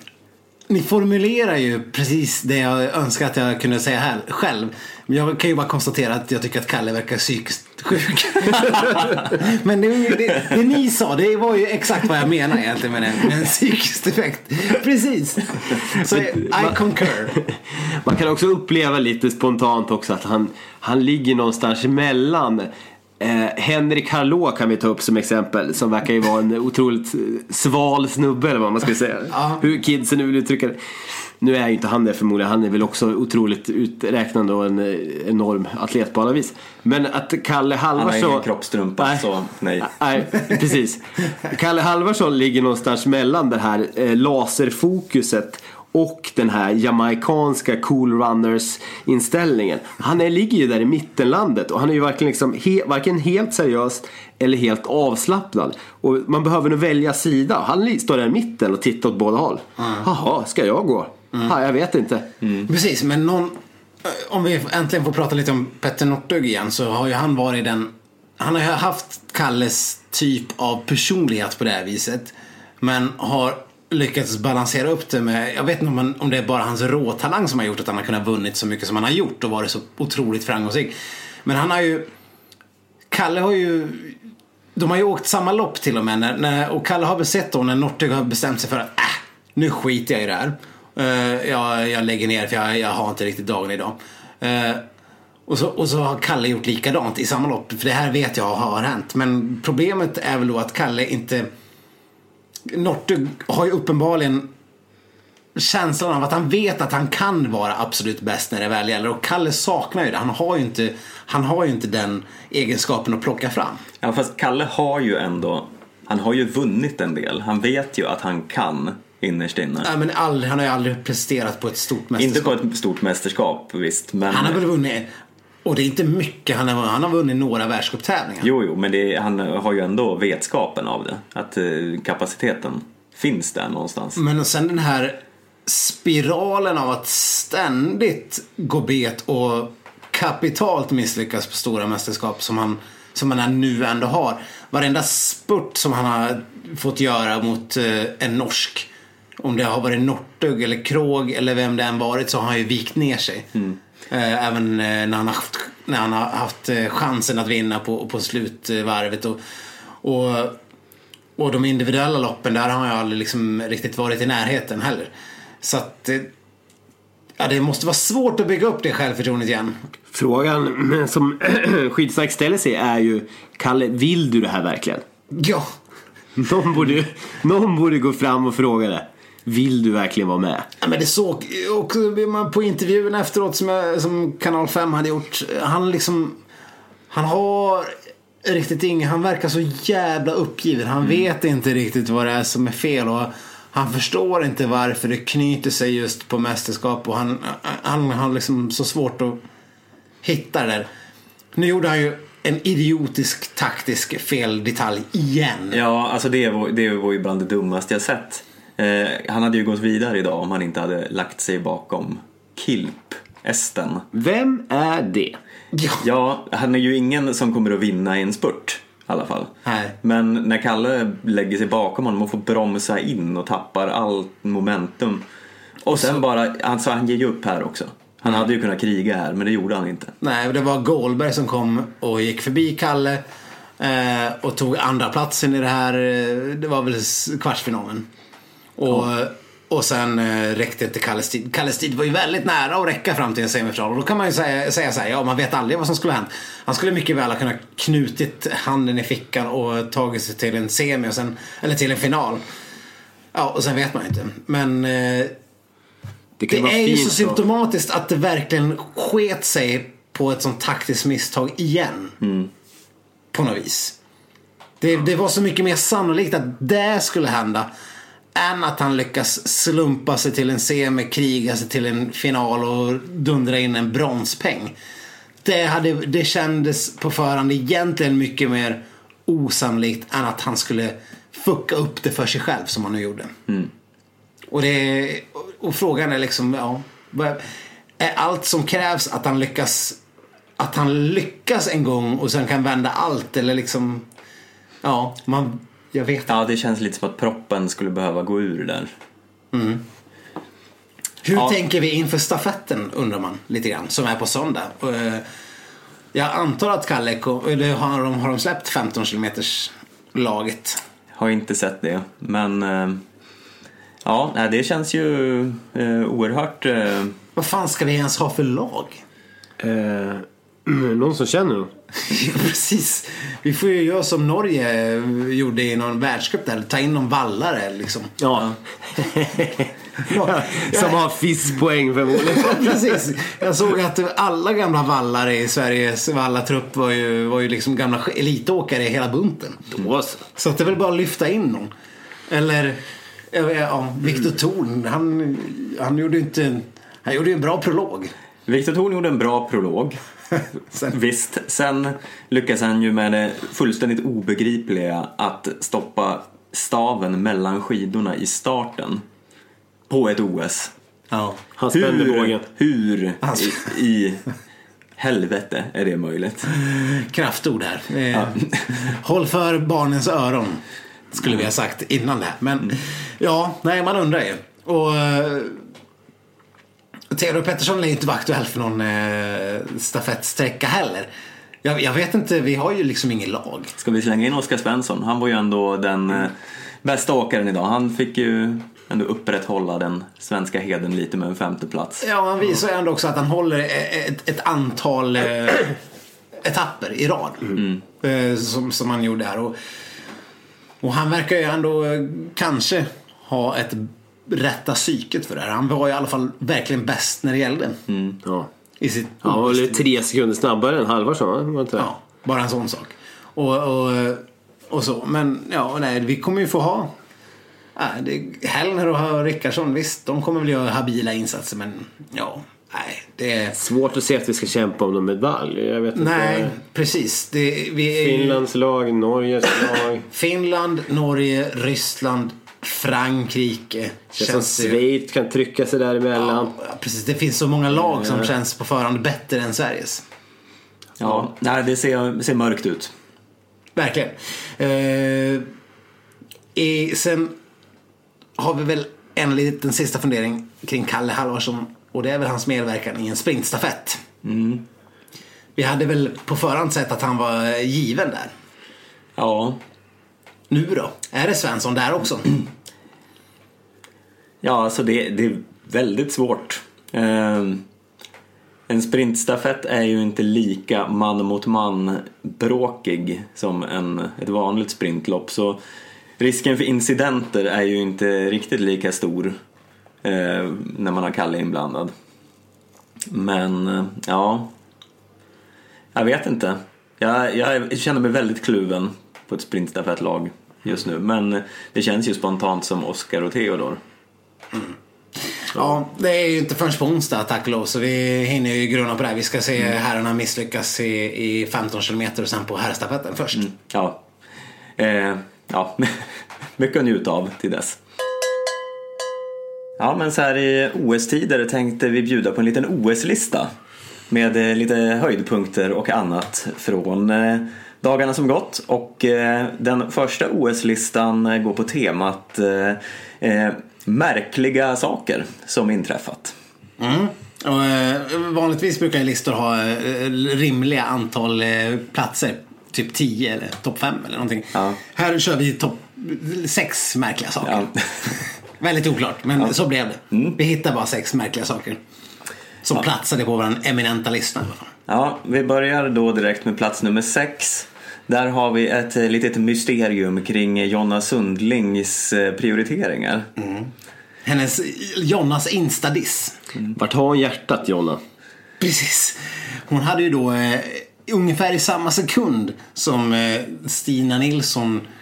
ni formulerar ju precis det jag önskar att jag kunde säga här själv. Men jag kan ju bara konstatera att jag tycker att Kalle verkar psykiskt sjuk. Men det, det, det ni sa, det var ju exakt vad jag menar egentligen med en, med en psykisk effekt. Precis. Så I concur. Man kan också uppleva lite spontant också att han, han ligger någonstans emellan. Eh, Henrik Harlå kan vi ta upp som exempel, som verkar ju vara en otroligt sval snubbe, eller vad man ska säga. Ja. Hur kidsen nu vill uttrycka det. Nu är ju inte han det förmodligen, han är väl också otroligt uträknande och en enorm atlet på alla vis. Men att Kalle Halvarsson... Han har ingen kroppstrumpa, nej. Så nej. Nej, precis. Kalle Halvarsson ligger någonstans mellan det här eh, laserfokuset och den här jamaikanska cool runners inställningen. Han är, ligger ju där i mittenlandet, och han är ju verkligen liksom he, varken helt seriös eller helt avslappnad, och man behöver nog välja sida. Han står där i mitten och tittar åt båda håll. Jaha, mm. ska jag gå? Mm. Ha, jag vet inte. Mm. Precis, men någon, om vi äntligen får prata lite om Petter Northug igen, så har ju han varit den, han har ju haft Kalles typ av personlighet på det här viset, men har lyckats balansera upp det med, jag vet inte om, man, om det är bara hans råtalang som har gjort att han har kunnat vunnit så mycket som han har gjort och varit så otroligt framgångsrik. Men han har ju, Kalle har ju, de har ju åkt samma lopp till och med när, när, och Kalle har väl sett då när Northug har bestämt sig för att äh, nu skiter jag i det här. Uh, jag, jag lägger ner för jag, jag har inte riktigt dagen idag. Uh, och, så, och så har Kalle gjort likadant i samma lopp, för det här vet jag har hänt. Men problemet är väl då att Kalle inte, Northug har ju uppenbarligen känslan av att han vet att han kan vara absolut bäst när det väl gäller, och Kalle saknar ju det. Han har ju inte, han har ju inte den egenskapen att plocka fram. Ja, fast Kalle har ju ändå, han har ju vunnit en del. Han vet ju att han kan innerst inne. Ja, men aldrig, han har ju aldrig presterat på ett stort mästerskap. Inte på ett stort mästerskap, visst, men han har väl vunnit, och det är inte mycket, han har, han har vunnit några världscuptävlingar. Jo, jo, men det är, han har ju ändå vetskapen av det, att uh, kapaciteten finns där någonstans. Men sen den här spiralen av att ständigt gå bet och kapitalt misslyckas på stora mästerskap som han, som han nu ändå har. Varenda spurt som han har fått göra mot uh, en norsk, om det har varit Northug eller Krog eller vem det än varit, så har han ju vikt ner sig. Mm. Uh, även uh, när, han har haft, när han har haft uh, chansen att vinna på, på slutvarvet. Och, och, och de individuella loppen, där har han ju aldrig liksom riktigt varit i närheten heller. Så att uh, ja, det måste vara svårt att bygga upp det självförtroendet igen. Frågan som Skidsnack ställer sig är ju, Kalle, vill du det här verkligen? Ja. Någon borde, någon borde gå fram och fråga det. Vill du verkligen vara med? Ja, men det såg också på intervjun efteråt som, jag, som Kanal fem hade gjort. Han liksom, han har riktigt inget, han verkar så jävla uppgiven. Han mm. vet inte riktigt vad det är som är fel, och han förstår inte varför det knyter sig just på mästerskap, och han, han har liksom så svårt att hitta det där. Nu gjorde han ju en idiotisk taktisk fel detalj igen. Ja, alltså det var, det var ju bland det dummaste jag sett. Eh, han hade ju gått vidare idag om han inte hade lagt sig bakom Kilp, esten. Vem är det? Ja. ja, han är ju ingen som kommer att vinna i en spurt i alla fall. Nej. Men när Kalle lägger sig bakom honom och får bromsa in och tappar all momentum, och sen så bara, alltså han ger ju upp här också. Han hade ju kunnat kriga här, men det gjorde han inte. Nej, det var Goldberg som kom och gick förbi Kalle eh, och tog andra platsen i det här. Det var väl kvartsfinalen. Och, ja. och sen eh, räckte inte Kalles tid. Kalles tid var ju väldigt nära att räcka fram till en semifinal. Och då kan man ju säga, säga så här, ja, man vet aldrig vad som skulle ha hänt. Han skulle mycket väl ha kunnat knutit handen i fickan och tagit sig till en semi och sen, eller till en final. Ja, och sen vet man inte. Men eh, det, det är ju så symptomatiskt att det verkligen sket sig på ett sånt taktiskt misstag igen. Mm. På något vis. Det, det var så mycket mer sannolikt att det skulle hända än att han lyckas slumpa sig till en semi, kriga sig till en final och dundra in en bronspeng. Det, hade, det kändes på förhand egentligen mycket mer osannolikt än att han skulle fucka upp det för sig själv som han nu gjorde. Mm. Och, det, och frågan är liksom, ja, är allt som krävs att han lyckas att han lyckas en gång och sen kan vända allt, eller liksom, ja, man, jag vet. Ja, det känns lite som att proppen skulle behöva gå ur där. Mm. Hur ja. tänker vi inför stafetten, undrar man lite grann, som är på söndag. Jag antar att Kalle, eller har de, har de släppt femton kilometers laget? Har inte sett det, men ja, det känns ju eh, oerhört eh... Vad fan ska vi ens ha för lag? Eh, någon som känner någon? Ja, precis. Vi får ju göra som Norge gjorde i någon världscup där, ta in någon vallare liksom. Ja. Ja, som har fiskpoäng förmodligen. Precis. Jag såg att alla gamla vallare i Sveriges vallatrupp var ju, var ju liksom gamla elitåkare i hela bunten. Då så. Så att det är väl bara att lyfta in någon. Eller ja, Viktor Thorn, han, han gjorde ju inte han gjorde ju en bra prolog. Viktor Thorn gjorde en bra prolog. Sen. Visst, sen lyckas han ju med det fullständigt obegripliga att stoppa staven mellan skidorna i starten på ett O S. Ja. Han spände bågen. Hur i, i helvete är det möjligt? Kraftord här. Eh, ja. Håll för barnens öron, skulle vi ha sagt innan det. Men mm. ja, nej, man undrar ju. Och Theodor Pettersson är ju inte var aktuell för någon eh, stafettsträcka heller. Jag, jag vet inte, vi har ju liksom ingen lag. Ska vi slänga in Oskar Svensson? Han var ju ändå den eh, bästa åkaren idag. Han fick ju ändå upprätthålla den svenska heden lite med en femte plats. Ja, han visar ju ändå också att han håller ett, ett antal eh, etapper i rad. Mm. Eh, som, som han gjorde här. Och, och han verkar ju ändå eh, kanske ha ett rätta psyket för det här. Han var i alla fall verkligen bäst när det gällde. Mm. Ja. I sitt ja, han var tre sekunder snabbare än Halvarsson, var inte det? Ja, bara en sån sak. Och, och, och så. Men ja, nej, vi kommer ju få ha ja, det, Hellner och Rickardsson, visst, de kommer väl göra habila insatser, men ja, nej, det är svårt att se att vi ska kämpa om någon medalj. Jag vet inte. Nej, precis. Det, vi är Finlands lag, Norges lag. Finland, Norge, Ryssland, Frankrike. Det känns som Schweiz kan trycka sig däremellan. Ja, precis. Det finns så många lag som ja. känns på förhand bättre än Sveriges. Ja, nej, det ser, ser mörkt ut. Verkligen. Eh, i, sen har vi väl en liten sista fundering kring Kalle Halvarsson, och det är väl hans medverkan i en sprintstafett. Mm. Vi hade väl på förhand sett att han var given där. Ja. Nu då? Är det Svensson där också? Ja, alltså det, det är väldigt svårt. Eh, en sprintstafett är ju inte lika man mot man bråkig som en, ett vanligt sprintlopp. Så risken för incidenter är ju inte riktigt lika stor eh, när man har Kalle inblandad. Men eh, ja, jag vet inte. Jag, jag känner mig väldigt kluven på ett sprintstafettlag just nu. Men det känns ju spontant som Oskar och Theodor. Mm. Ja, det är ju inte förrän på onsdag, tack och lov, så vi hinner ju grunna på det här. Vi ska se mm. herrarna misslyckas i, i femton kilometer och sen på herrstafetten först. Mm. Ja, eh, ja. mycket att njuta av till dess. Ja, men så här i O S-tider tänkte vi bjuda på en liten O S-lista med eh, lite höjdpunkter och annat från eh, dagarna som gått. Och eh, den första O S-listan går på temat eh, eh, märkliga saker som inträffat. Mm. Och, eh, vanligtvis brukar listor ha eh, rimliga antal eh, platser. Typ tio eller topp fem eller någonting. Ja. Här kör vi topp sex märkliga saker. Ja. Väldigt oklart, men ja. så blev det. Mm. Vi hittar bara sex märkliga saker som ja. platsade på vår eminenta lista. Ja, vi börjar då direkt med plats nummer sex. Där har vi ett litet mysterium kring Jonna Sundlings prioriteringar. Mm. Hennes, Jonnas instadiss. Mm. Vart har hon hjärtat, Jonna? Precis. Hon hade ju då eh, ungefär i samma sekund som eh, Stina Nilsson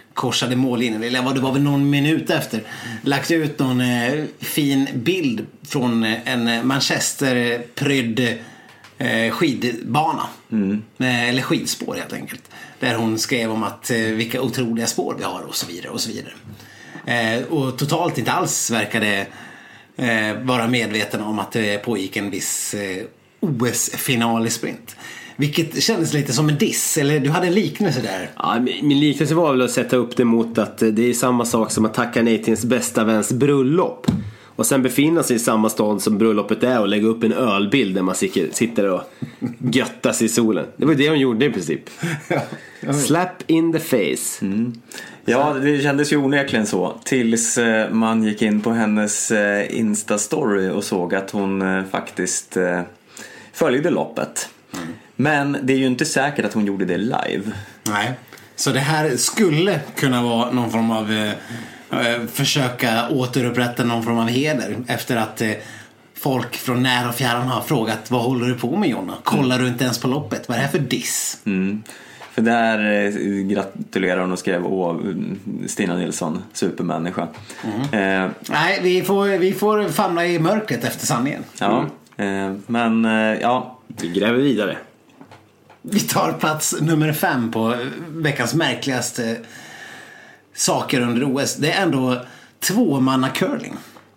korsade mållinjen, eller vad det var väl någon minut efter, lagt ut någon eh, fin bild från en Manchester-prydd eh, skidbana. Mm. Eh, eller skidspår helt enkelt. Där hon skrev om att eh, vilka otroliga spår vi har och så vidare och så vidare. Eh, och totalt inte alls verkade eh, vara medveten om att det pågick en viss eh, O S-final i sprint. Vilket kändes lite som en diss. Eller du hade en liknelse där. Ja, min liknelse var väl att sätta upp det mot att det är samma sak som att tacka nej till ens bästa väns bröllop. Och sen befinna sig i samma stad som bröllopet är och lägga upp en ölbild där man sitter och göttas i solen. Det var det hon gjorde i princip. Slap in the face. Mm. Ja, det kändes ju onekligen så. Tills man gick in på hennes Insta-story och såg att hon faktiskt följde loppet. Mm. Men det är ju inte säkert att hon gjorde det live. Nej, så det här skulle kunna vara någon form av eh, försöka återupprätta någon form av heder efter att eh, folk från nära och fjärran har frågat: vad håller du på med, Jonna? Kollar du inte ens på loppet? Vad är det här för diss? Mm. För där eh, gratulerar hon och skrev: åh, Stina Nilsson, supermänniska. Mm. Eh, Nej, vi får, vi får famla i mörkret efter sanningen. Ja, mm. eh, men eh, ja, vi gräver vidare. Vi tar plats nummer fem på veckans märkligaste saker under O S. Det är ändå tvåmanna curling.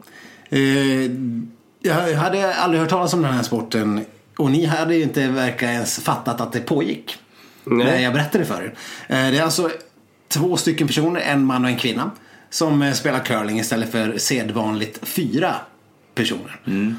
Jag hade aldrig hört talas om den här sporten, och ni hade ju inte verkat ens fattat att det pågick. Nej. Jag berättade för er. Det är alltså två stycken personer, en man och en kvinna, som spelar curling istället för sedvanligt fyra personer. Mm.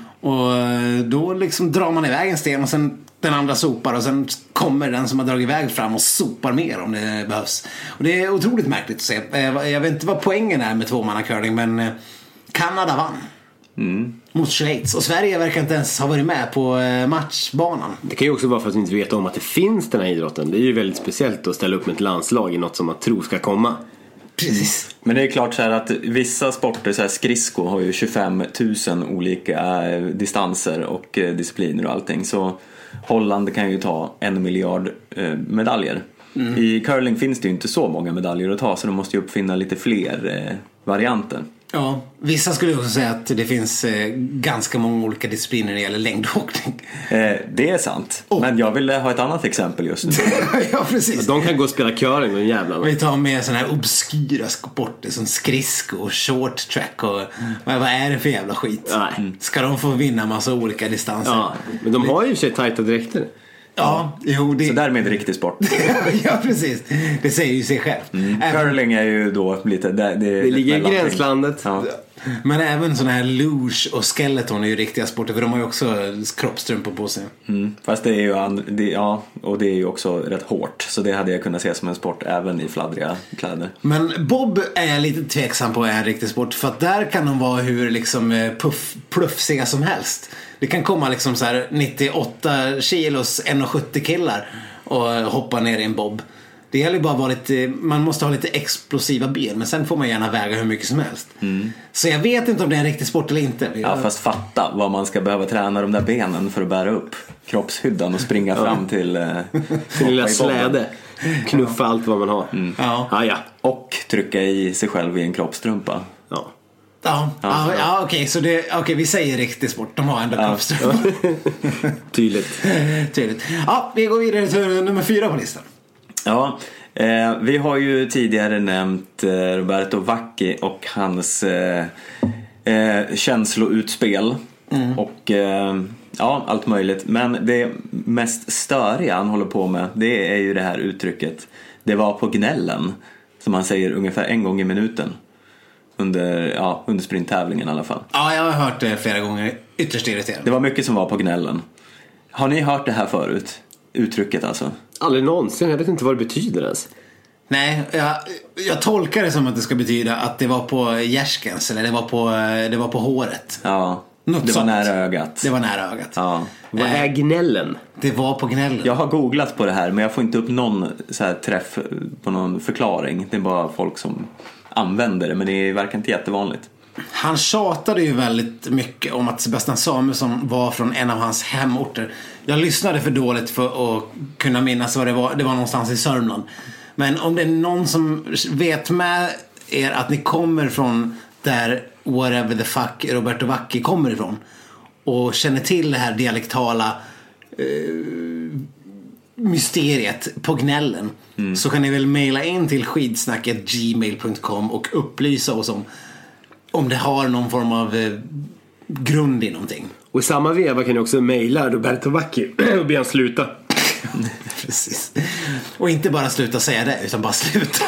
Och då liksom drar man iväg en sten och sen den andra sopar, och sen kommer den som har dragit iväg fram och sopar mer om det behövs. Och det är otroligt märkligt att se. Jag vet inte vad poängen är med tvåmannacurling, men Kanada vann mm. mot Schweiz, och Sverige verkar inte ens ha varit med på matchbanan. Det kan ju också vara för att vi inte vet om att det finns den här idrotten. Det är ju väldigt speciellt att ställa upp med ett landslag i något som man tror ska komma. Precis. Men det är klart så här att vissa sporter, så här skridsko, har ju tjugofem tusen olika distanser och discipliner och allting. Så Holland kan ju ta en miljard eh, medaljer. Mm. I curling finns det ju inte så många medaljer att ta, så de måste ju uppfinna lite fler eh, varianter. Ja, vissa skulle också säga att det finns eh, ganska många olika discipliner när det gäller längdåkning. Eh, det är sant, oh. men jag vill ha ett annat exempel just nu. Ja, precis. De kan gå och spela curling med jävlarna. Vi tar med sådana här obskyra sporter som skridsko och short track och mm. vad, vad är det för jävla skit? Mm. Ska de få vinna massa olika distanser? Ja, men de har ju i sig tajta dräkter. Ja, jo, det... Så därmed riktig sport. Ja, precis. Det säger ju sig själv. Mm. Även... Curling är ju då lite... Det, det, det ligger i gränslandet. Ja. Men även sådana här luge och skeleton är ju riktiga sporter, för de har ju också kroppstrumpor på sig. Mm. Fast det är ju and... det, ja, och det är ju också rätt hårt. Så det hade jag kunnat se som en sport även i fladdriga kläder. Men bob är jag lite tveksam på är en riktig sport, för att där kan de vara hur liksom puff, pluffsiga som helst. Det kan komma liksom så här nittioåtta kilos en komma sjuttio killar och hoppa ner i en bob. Det gäller bara vara lite, man måste ha lite explosiva ben, men sen får man gärna väga hur mycket som helst. Mm. Så jag vet inte om det är en riktig sport eller inte. Ja, fast fatta vad man ska behöva träna de där benen för att bära upp kroppshyddan och springa fram till eh, till lilla släde. Knuffa allt vad man har. Mm. Ja. Ah, ja. Och trycka i sig själv i en kroppstrumpa. Ja. Ja, ja, ja, ja okej, så det, okej, vi säger riktig sport. De har ändå kroppstrumpa. Tydligt. Tydligt. Ja, vi går vidare till nummer fyra på listan. Ja, eh, vi har ju tidigare nämnt eh, Roberto Vacchi och hans eh, eh, känsloutspel. Mm. Och eh, ja, allt möjligt. Men det mest störiga han håller på med, det är ju det här uttrycket: det var på gnällen, som han säger ungefär en gång i minuten. Under, ja, under sprinttävlingen i alla fall. Ja, jag har hört det flera gånger. Ytterst irriterande. Det var mycket som var på gnällen. Har ni hört det här förut? Uttrycket alltså? Aldrig någonsin, jag vet inte vad det betyder ens. Nej, jag, jag tolkar det som att det ska betyda att det var på gärskens, eller det var på, det var på håret. Ja, Något det sånt. var nära ögat. Det var nära ögat. Ja. Vad är gnällen? Det var på gnällen. Jag har googlat på det här, men jag får inte upp någon så här träff på någon förklaring. Det är bara folk som använder det, men det verkar inte jättevanligt. Han tjatade ju väldigt mycket om att Sebastian Samuelsson var från en av hans hemorter. Jag lyssnade för dåligt för att kunna minnas vad det var. Det var någonstans i Sörmland. Men om det är någon som vet med er att ni kommer från där whatever the fuck Roberto Vacchi kommer ifrån och känner till det här dialektala eh, mysteriet på gnällen, mm. så kan ni väl mejla in till skidsnacket gmail punkt com och upplysa oss om om det har någon form av eh, grund i någonting. Och i samma veva kan ni också mejla Roberto Vacchi och be han sluta. Precis. Och inte bara sluta säga det, utan bara sluta.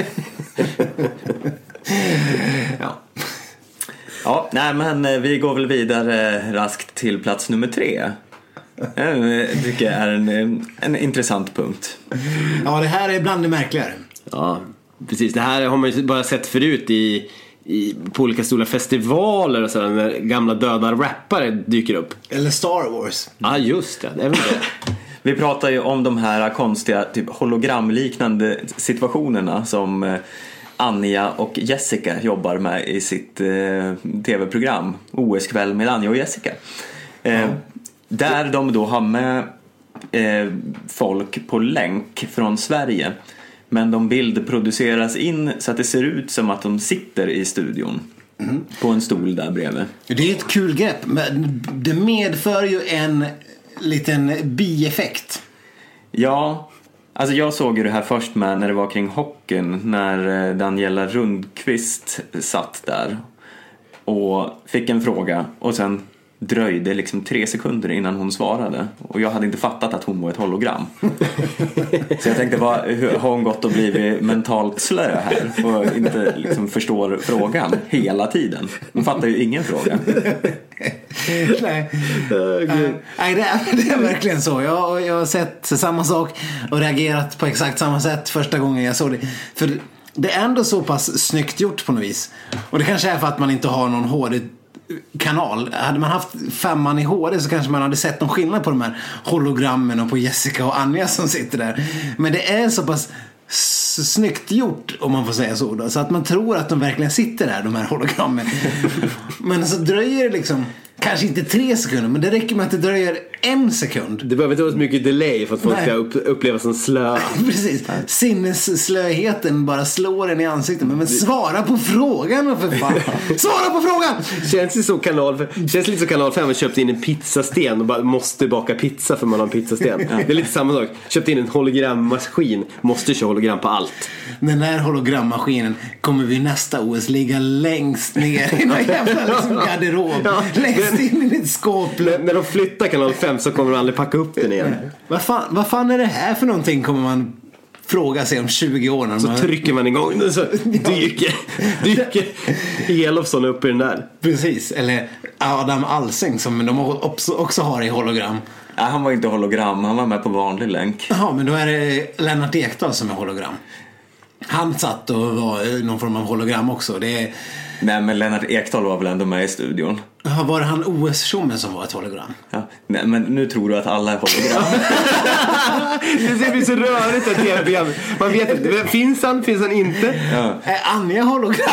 Ja. Ja, nej men vi går väl vidare raskt till plats nummer tre. Jag tycker är en, en intressant punkt. Ja, det här är bland det märkligare. Ja, precis. Det här har man ju bara sett förut i, i på olika stora festivaler och sådär, när gamla döda rappare dyker upp. Eller Star Wars. Ja, just det. Även det. Vi pratar ju om de här konstiga typ hologramliknande situationerna som Anja och Jessica jobbar med i sitt eh, tv-program O S-kväll med Anja och Jessica. Eh, ja. Där de då har med eh, folk på länk från Sverige, men de bildproduceras in så att det ser ut som att de sitter i studion mm. på en stol där bredvid. Det är ett kul grepp, men det medför ju en liten bieffekt. Ja, alltså jag såg ju det här först med när det var kring hockeyn, när Daniela Rundqvist satt där och fick en fråga och sen dröjde liksom tre sekunder innan hon svarade, och jag hade inte fattat att hon var ett hologram. Så jag tänkte, vad, hur, har hon gått och blivit mentalt slö här och inte liksom förstår frågan hela tiden? Hon fattar ju ingen fråga. Nej, uh, nej det, är, det är verkligen så. Jag, jag har sett samma sak och reagerat på exakt samma sätt första gången jag såg det. För det är ändå så pass snyggt gjort på något vis. Och det kanske är för att man inte har någon H D kanal. Hade man haft femman i H D så kanske man hade sett någon skillnad på de här hologrammen och på Jessica och Anja som sitter där. Men det är så pass snyggt gjort, om man får säga så då, så att man tror att de verkligen sitter där, de här hologrammen. Men så dröjer det liksom kanske inte tre sekunder, men det räcker med att det dröjer en sekund. Det behöver inte vara så mycket delay för att folk ska upp, uppleva som slö. Precis, sinnesslöheten bara slår en i ansiktet. Men, men svara på frågan för fan. Svara på frågan! Känns det så kanal, känns lite som kanal fem har köpt in en pizzasten och bara måste baka pizza för man har en pizzasten. Det är lite samma sak. Köpt in en hologrammaskin, måste köra hologram på allt. Den här hologrammaskinen kommer vi nästa O S ligga längst ner i någon jävla liksom garderob. Ja, längst in i ett skåp. När, när de flyttar kanal fem så kommer de aldrig packa upp den igen. Vad fan, vad fan är det här för någonting, kommer man fråga sig om tjugo år. När så man... trycker man igång den så dyker, dyker Elofsson upp i den där. Precis, eller Adam Alsing som de också, också har i hologram. Nej, han var inte hologram, han var med på vanlig länk. Ja, men då är det Lennart Ekdal som är hologram. Han satt och var någon form av hologram också. Det är... Nej, men Lennart Ekdal var väl ändå med i studion. Ja, var det han O S-tjommen som var ett hologram? Ja. Nej, men nu tror du att alla är hologram. Det blir så rörigt att det program. Man vet inte, finns han, finns han inte? Ja. Är Anja hologram?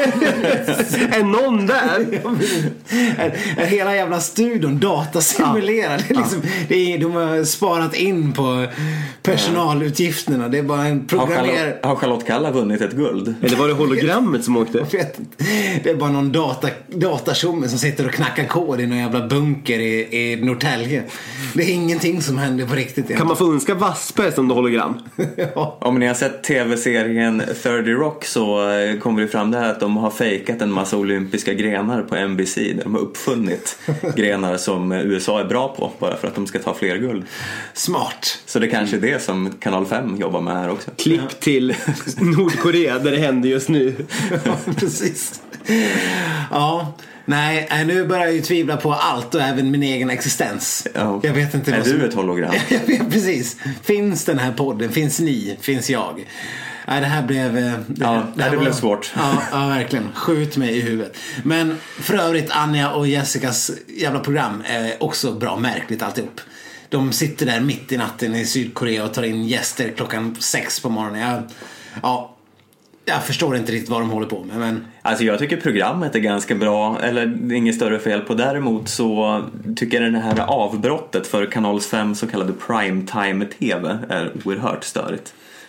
Är någon där? är, är hela jävla studion datasimulerad? Ja. Det är liksom, det är, de har sparat in på personalutgifterna. Det är bara en programmerare. Har Charlotte Kalla vunnit ett guld? Eller var det hologrammet som åkte? Jag vet inte. Det är bara någon data, datatjomme som sitter och knackar kod i någon jävla bunker i, i Norrtälje. Det är ingenting som händer på riktigt egentligen. Kan man få önska Wasper som hologram? Ja. Om ni har sett tv-serien thirty Rock så kommer det fram där att de har fejkat en massa olympiska grenar på N B C. Där de har uppfunnit grenar som U S A är bra på, bara för att de ska ta fler guld. Smart. Så det är kanske är det som kanal fem jobbar med här också. Klipp ja. till Nordkorea där det händer just nu. Ja, precis. Ja, nej, nu börjar jag ju tvivla på allt och även min egen existens. Ja. Jag vet inte. Är vad du som... ett hologram? Jag vet precis. Finns den här podden? Finns ni? Finns jag? Nej, det här blev det, ja, här, det, här det var... blev svårt. Ja, ja, verkligen. Skjut mig i huvudet. Men för övrigt, Anja och Jessicas jävla program är också bra, märkligt alltihop. De sitter där mitt i natten i Sydkorea och tar in gäster klockan sex på morgonen. Jag, ja, jag förstår inte riktigt vad de håller på med. Men... Alltså jag tycker programmet är ganska bra. Eller det är inget större fel på. Däremot så tycker jag det här avbrottet för kanal fem så kallade primetime-tv är oerhört störigt.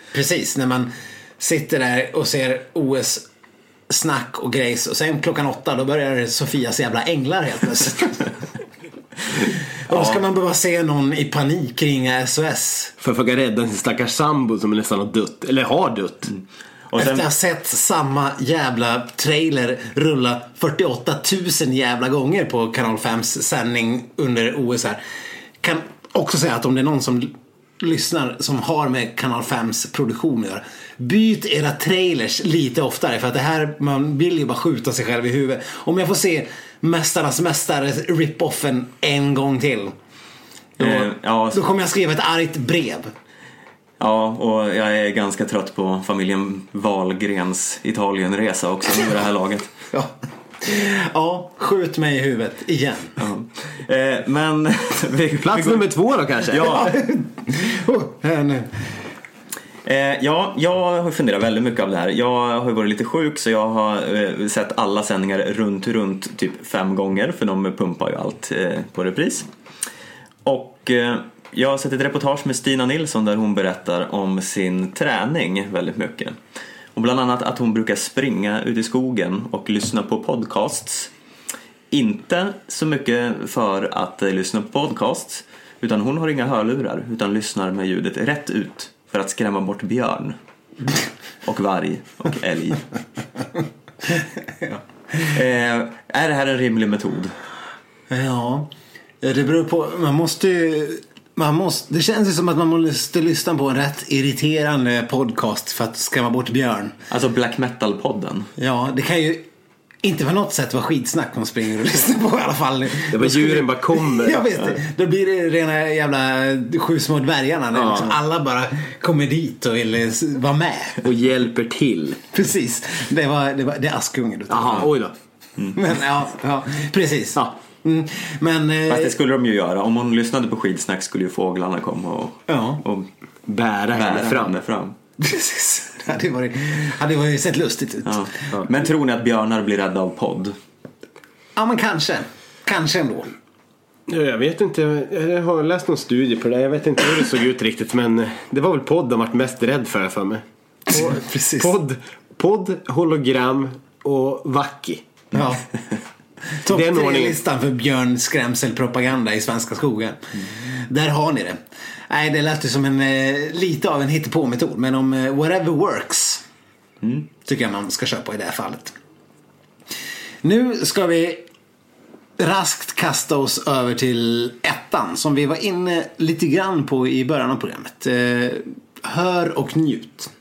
Precis, när man sitter där och ser O S snack och grejs och sen klockan åtta då börjar Sofias jävla änglar helt plötsligt. Och då ska man behöva se någon i panik ringa S O S för att försöka rädda sin stackars sambo som nästan har dött, eller har dött. Mm. Och sen... Efter att ha sett samma jävla trailer rulla fyrtioåtta tusen jävla gånger på Kanal fems sändning under O S här. Kan också säga att om det är någon som lyssnar som har med Kanal fems produktion att göra, byt era trailers lite oftare, för att det här, man vill ju bara skjuta sig själv i huvudet. Om jag får se Mästarnas mästare rip-offen en gång till då, eh, ja, då kommer jag skriva ett argt brev. Ja, och jag är ganska trött på familjen Wahlgrens Italienresa också med det här laget. Ja. Ja, skjut mig i huvudet igen. Ja. Eh, men vi, plats vi går... nummer två då kanske. Ja. oh, nu. Eh, ja, jag har funderat väldigt mycket av det här. Jag har varit lite sjuk, så jag har eh, sett alla sändningar runt runt typ fem gånger, för de pumpar ju allt eh, på repris. Och eh, jag har sett ett reportage med Stina Nilsson där hon berättar om sin träning väldigt mycket. Och bland annat att hon brukar springa ut i skogen och lyssna på podcasts. Inte så mycket för att eh, lyssna på podcasts, utan hon har inga hörlurar utan lyssnar med ljudet rätt ut för att skrämma bort björn och varg och älg. Ja. eh, är det här en rimlig metod? Ja, det beror på. Man måste ju Man måste, det känns ju som att man måste lyssna på en rätt irriterande podcast för att skrämma bort björn. Alltså black metal-podden. Ja, det kan ju inte på något sätt vara skitsnack om springer och lyssnar på i alla fall. Det var djuren bara kommer. Jag vet det. Då blir det rena jävla sju små dvärgarna. Ja. Liksom alla bara kommer dit och vill vara med. Och hjälper till. Precis. Det var, det var det är Askungen. Jaha, oj då. Mm. Men ja, ja, precis. Ja. Mm, men, eh, Fast det skulle de ju göra. Om hon lyssnade på skidsnack skulle ju fåglarna komma och, ja. och bära, bära henne fram. Henne fram. Precis. Det hade varit, hade varit sett lustigt ut. Ja. Ja. Men tror ni att björnar blir rädda av podd? Ja, men kanske. Kanske ändå. Jag vet inte. Jag har läst någon studie på det. Jag vet inte hur det såg ut riktigt. Men det var väl podd de varit mest rädd för för mig. Precis. Podd, podd, hologram och Vacki. Ja. Topp tre-listan för björnskrämselpropaganda i svenska skogen. Mm. Där har ni det. Nej, det lät ju som en eh, lite av en hittepå-metod. Men om eh, whatever works mm. tycker jag man ska köpa i det här fallet. Nu ska vi raskt kasta oss över till ettan som vi var inne lite grann på i början av programmet. Eh, hör och njut.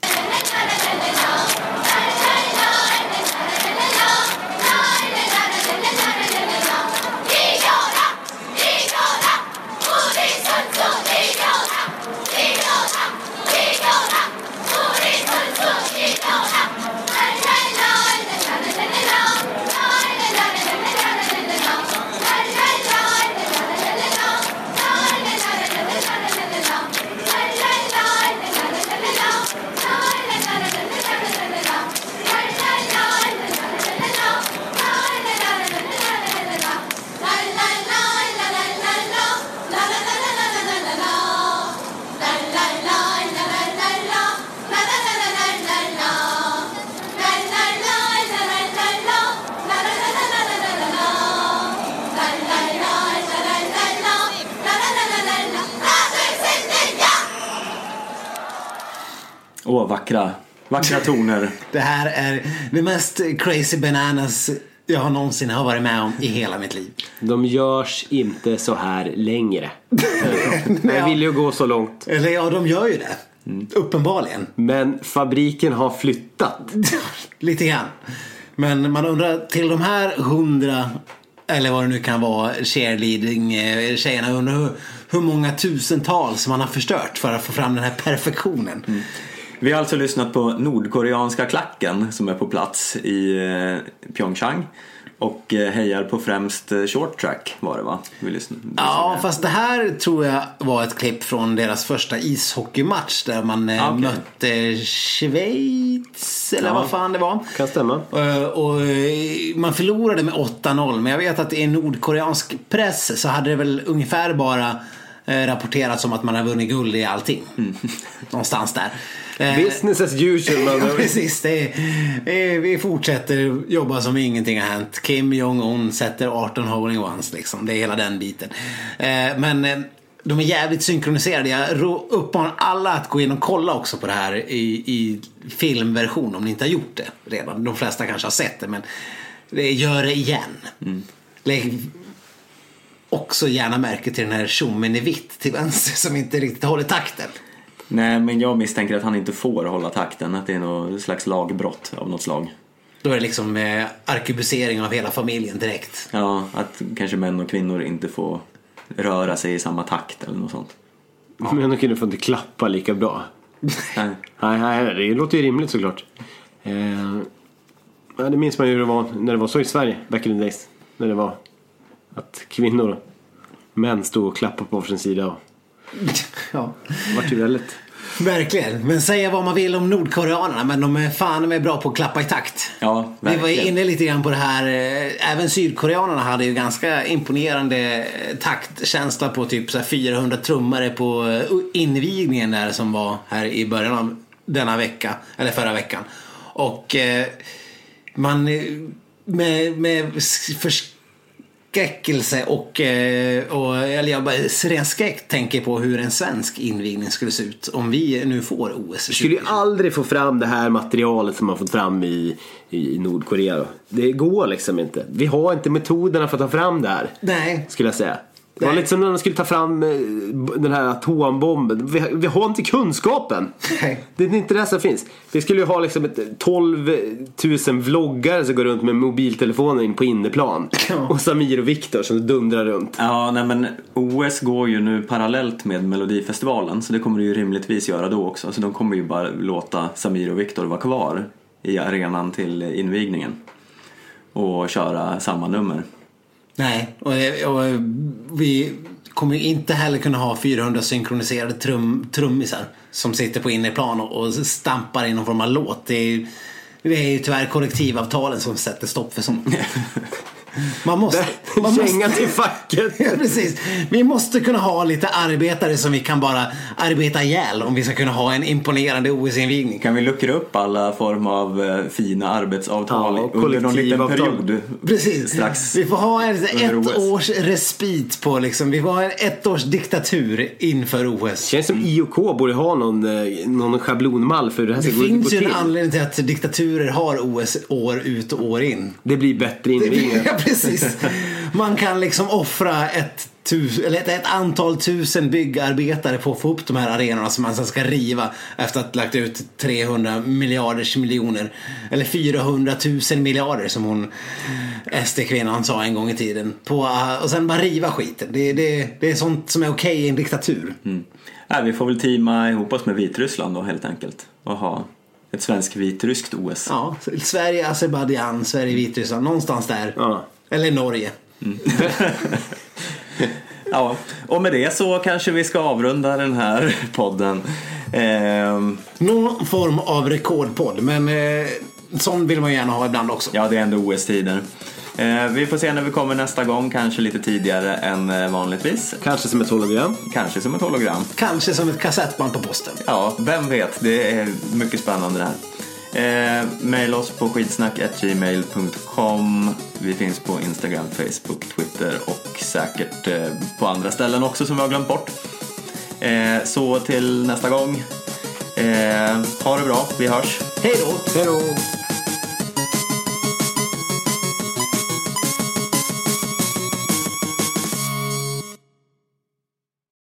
Åh, vackra, vackra toner. Det här är det mest crazy bananas jag har någonsin har varit med om i hela mitt liv. De görs inte så här längre. Jag vill ju gå så långt. Eller ja, de gör ju det. Mm. Uppenbarligen. Men fabriken har flyttat. Lite grann. Men man undrar till de här hundra, eller vad det nu kan vara, cheerleading tjejerna, undrar hur, hur många tusentals man har förstört för att få fram den här perfektionen. Mm. Vi har alltså lyssnat på nordkoreanska klacken som är på plats i eh, Pyeongchang och eh, hejar på främst eh, short track var det va? Vi lyssnade, vi ja, fast det här tror jag var ett klipp från deras första ishockeymatch där man eh, ah, okay. mötte Schweiz eller ja, vad fan det var. Kan stämma. Uh, och uh, man förlorade med åtta noll, men jag vet att i nordkoreansk press så hade det väl ungefär bara eh, rapporterats om att man har vunnit guld i allting. Mm. Någonstans där. Eh, Business as usual. Man. Ja, precis. Det är, eh, vi fortsätter jobba som ingenting har hänt. Kim Jong-Un sätter arton hole-in-ones liksom. Det är hela den biten. Eh, men eh, de är jävligt synkroniserade. Jag uppmanar alla att gå in och kolla också på det här i, i filmversion om ni inte har gjort det redan. De flesta kanske har sett det, men det gör det igen. Mm. Lägg också gärna märke till den här tjommen i vitt till vänster som inte riktigt håller takten. Nej, men jag misstänker att han inte får hålla takten. Att det är något slags lagbrott av något slag. Då är det liksom eh, arkebusering av hela familjen direkt. Ja, att kanske män och kvinnor inte får röra sig i samma takt eller något sånt. Ja. Men och kvinnor får inte klappa lika bra. nej. nej, nej, det låter ju rimligt såklart. Eh, det minns man ju hur det var när det var så i Sverige back in the days. När det var att kvinnor och män stod och klappade på sin sida. Och ja. Det var ju väldigt... Verkligen, men säga vad man vill om nordkoreanerna, men de är fan de är bra på att klappa i takt. Ja, vi var inne lite grann på det här. Även sydkoreanerna hade ju ganska imponerande taktkänsla på typ så här fyrahundra trummare på invigningen där som var här i början av denna vecka, eller förra veckan. Och eh, man med, med förskräckelse och, och eller jag bara ren skräck tänker på hur en svensk invigning skulle se ut om vi nu får O S. Vi skulle ju aldrig få fram det här materialet som man fått fram i, i Nordkorea då. Det går liksom inte. Vi har inte metoderna för att ta fram det här. Nej. Skulle jag säga. Det var lite som när de skulle ta fram den här atombomben. Vi, vi har inte kunskapen. Nej. Det är inte det som finns. Vi skulle ju ha liksom ett tolv tusen vloggare som går runt med mobiltelefoner in på inneplan. Ja. Och Samir och Viktor som dundrar runt. Ja, nej, men O S går ju nu parallellt med Melodifestivalen. Så det kommer det ju rimligtvis göra då också. Så de kommer ju bara låta Samir och Viktor vara kvar i arenan till invigningen. Och köra samma nummer. Nej, och, och vi kommer inte heller kunna ha fyrahundra synkroniserade trum, trummisar som sitter på innerplan och, och stampar i någon form av låt. Det är, det är ju tyvärr kollektivavtalen som sätter stopp för sånt. Man måste, man måste till facket. Ja, precis. Vi måste kunna ha lite arbetare som vi kan bara arbeta ihjäl om vi ska kunna ha en imponerande O S-invigning. Kan vi luckra upp alla form av uh, fina arbetsavtal ja, under någon liten period? Precis. Strax vi får ha en, ett års respit på liksom, vi får ha en ett års diktatur inför O S. Känns som I O K borde ha någon, någon schablonmall för det här. Det ska finns gå ju till. en anledning till att diktaturer har O S år ut och år in. Det blir bättre invigningar. Ja, precis. Man kan liksom offra ett, tus, eller ett, ett antal tusen byggarbetare på att få upp de här arenorna som man sen ska riva efter att ha lagt ut trehundra miljarders miljoner eller fyrahundratusen miljarder som hon S D-kvinnan sa en gång i tiden på, och sen bara riva skiten. Det, det, det är sånt som är okej i en diktatur. Mm. Ja, vi får väl teama ihop oss med Vitryssland då helt enkelt och ha ett svensk-vitryskt O S. Ja, Sverige, Azerbaijan, Sverige, Vitryssland, någonstans där. Ja. Eller Norge. Mm. Ja, och med det så kanske vi ska avrunda den här podden. Eh... Någon form av rekordpodd, men eh, sån vill man gärna ha ibland också. Ja, det är ändå O S-tider. Eh, vi får se när vi kommer nästa gång, kanske lite tidigare än eh, vanligtvis. Kanske som ett hologram. Kanske som ett hologram. Kanske som ett kassettband på posten. Ja, vem vet, det är mycket spännande det här. Eh, mail oss på skitsnack at gmail dot com. Vi finns på Instagram, Facebook, Twitter och säkert eh, på andra ställen också som vi har glömt bort. Eh, så till nästa gång, eh, ha det bra, vi hörs. Hej då. Hej då.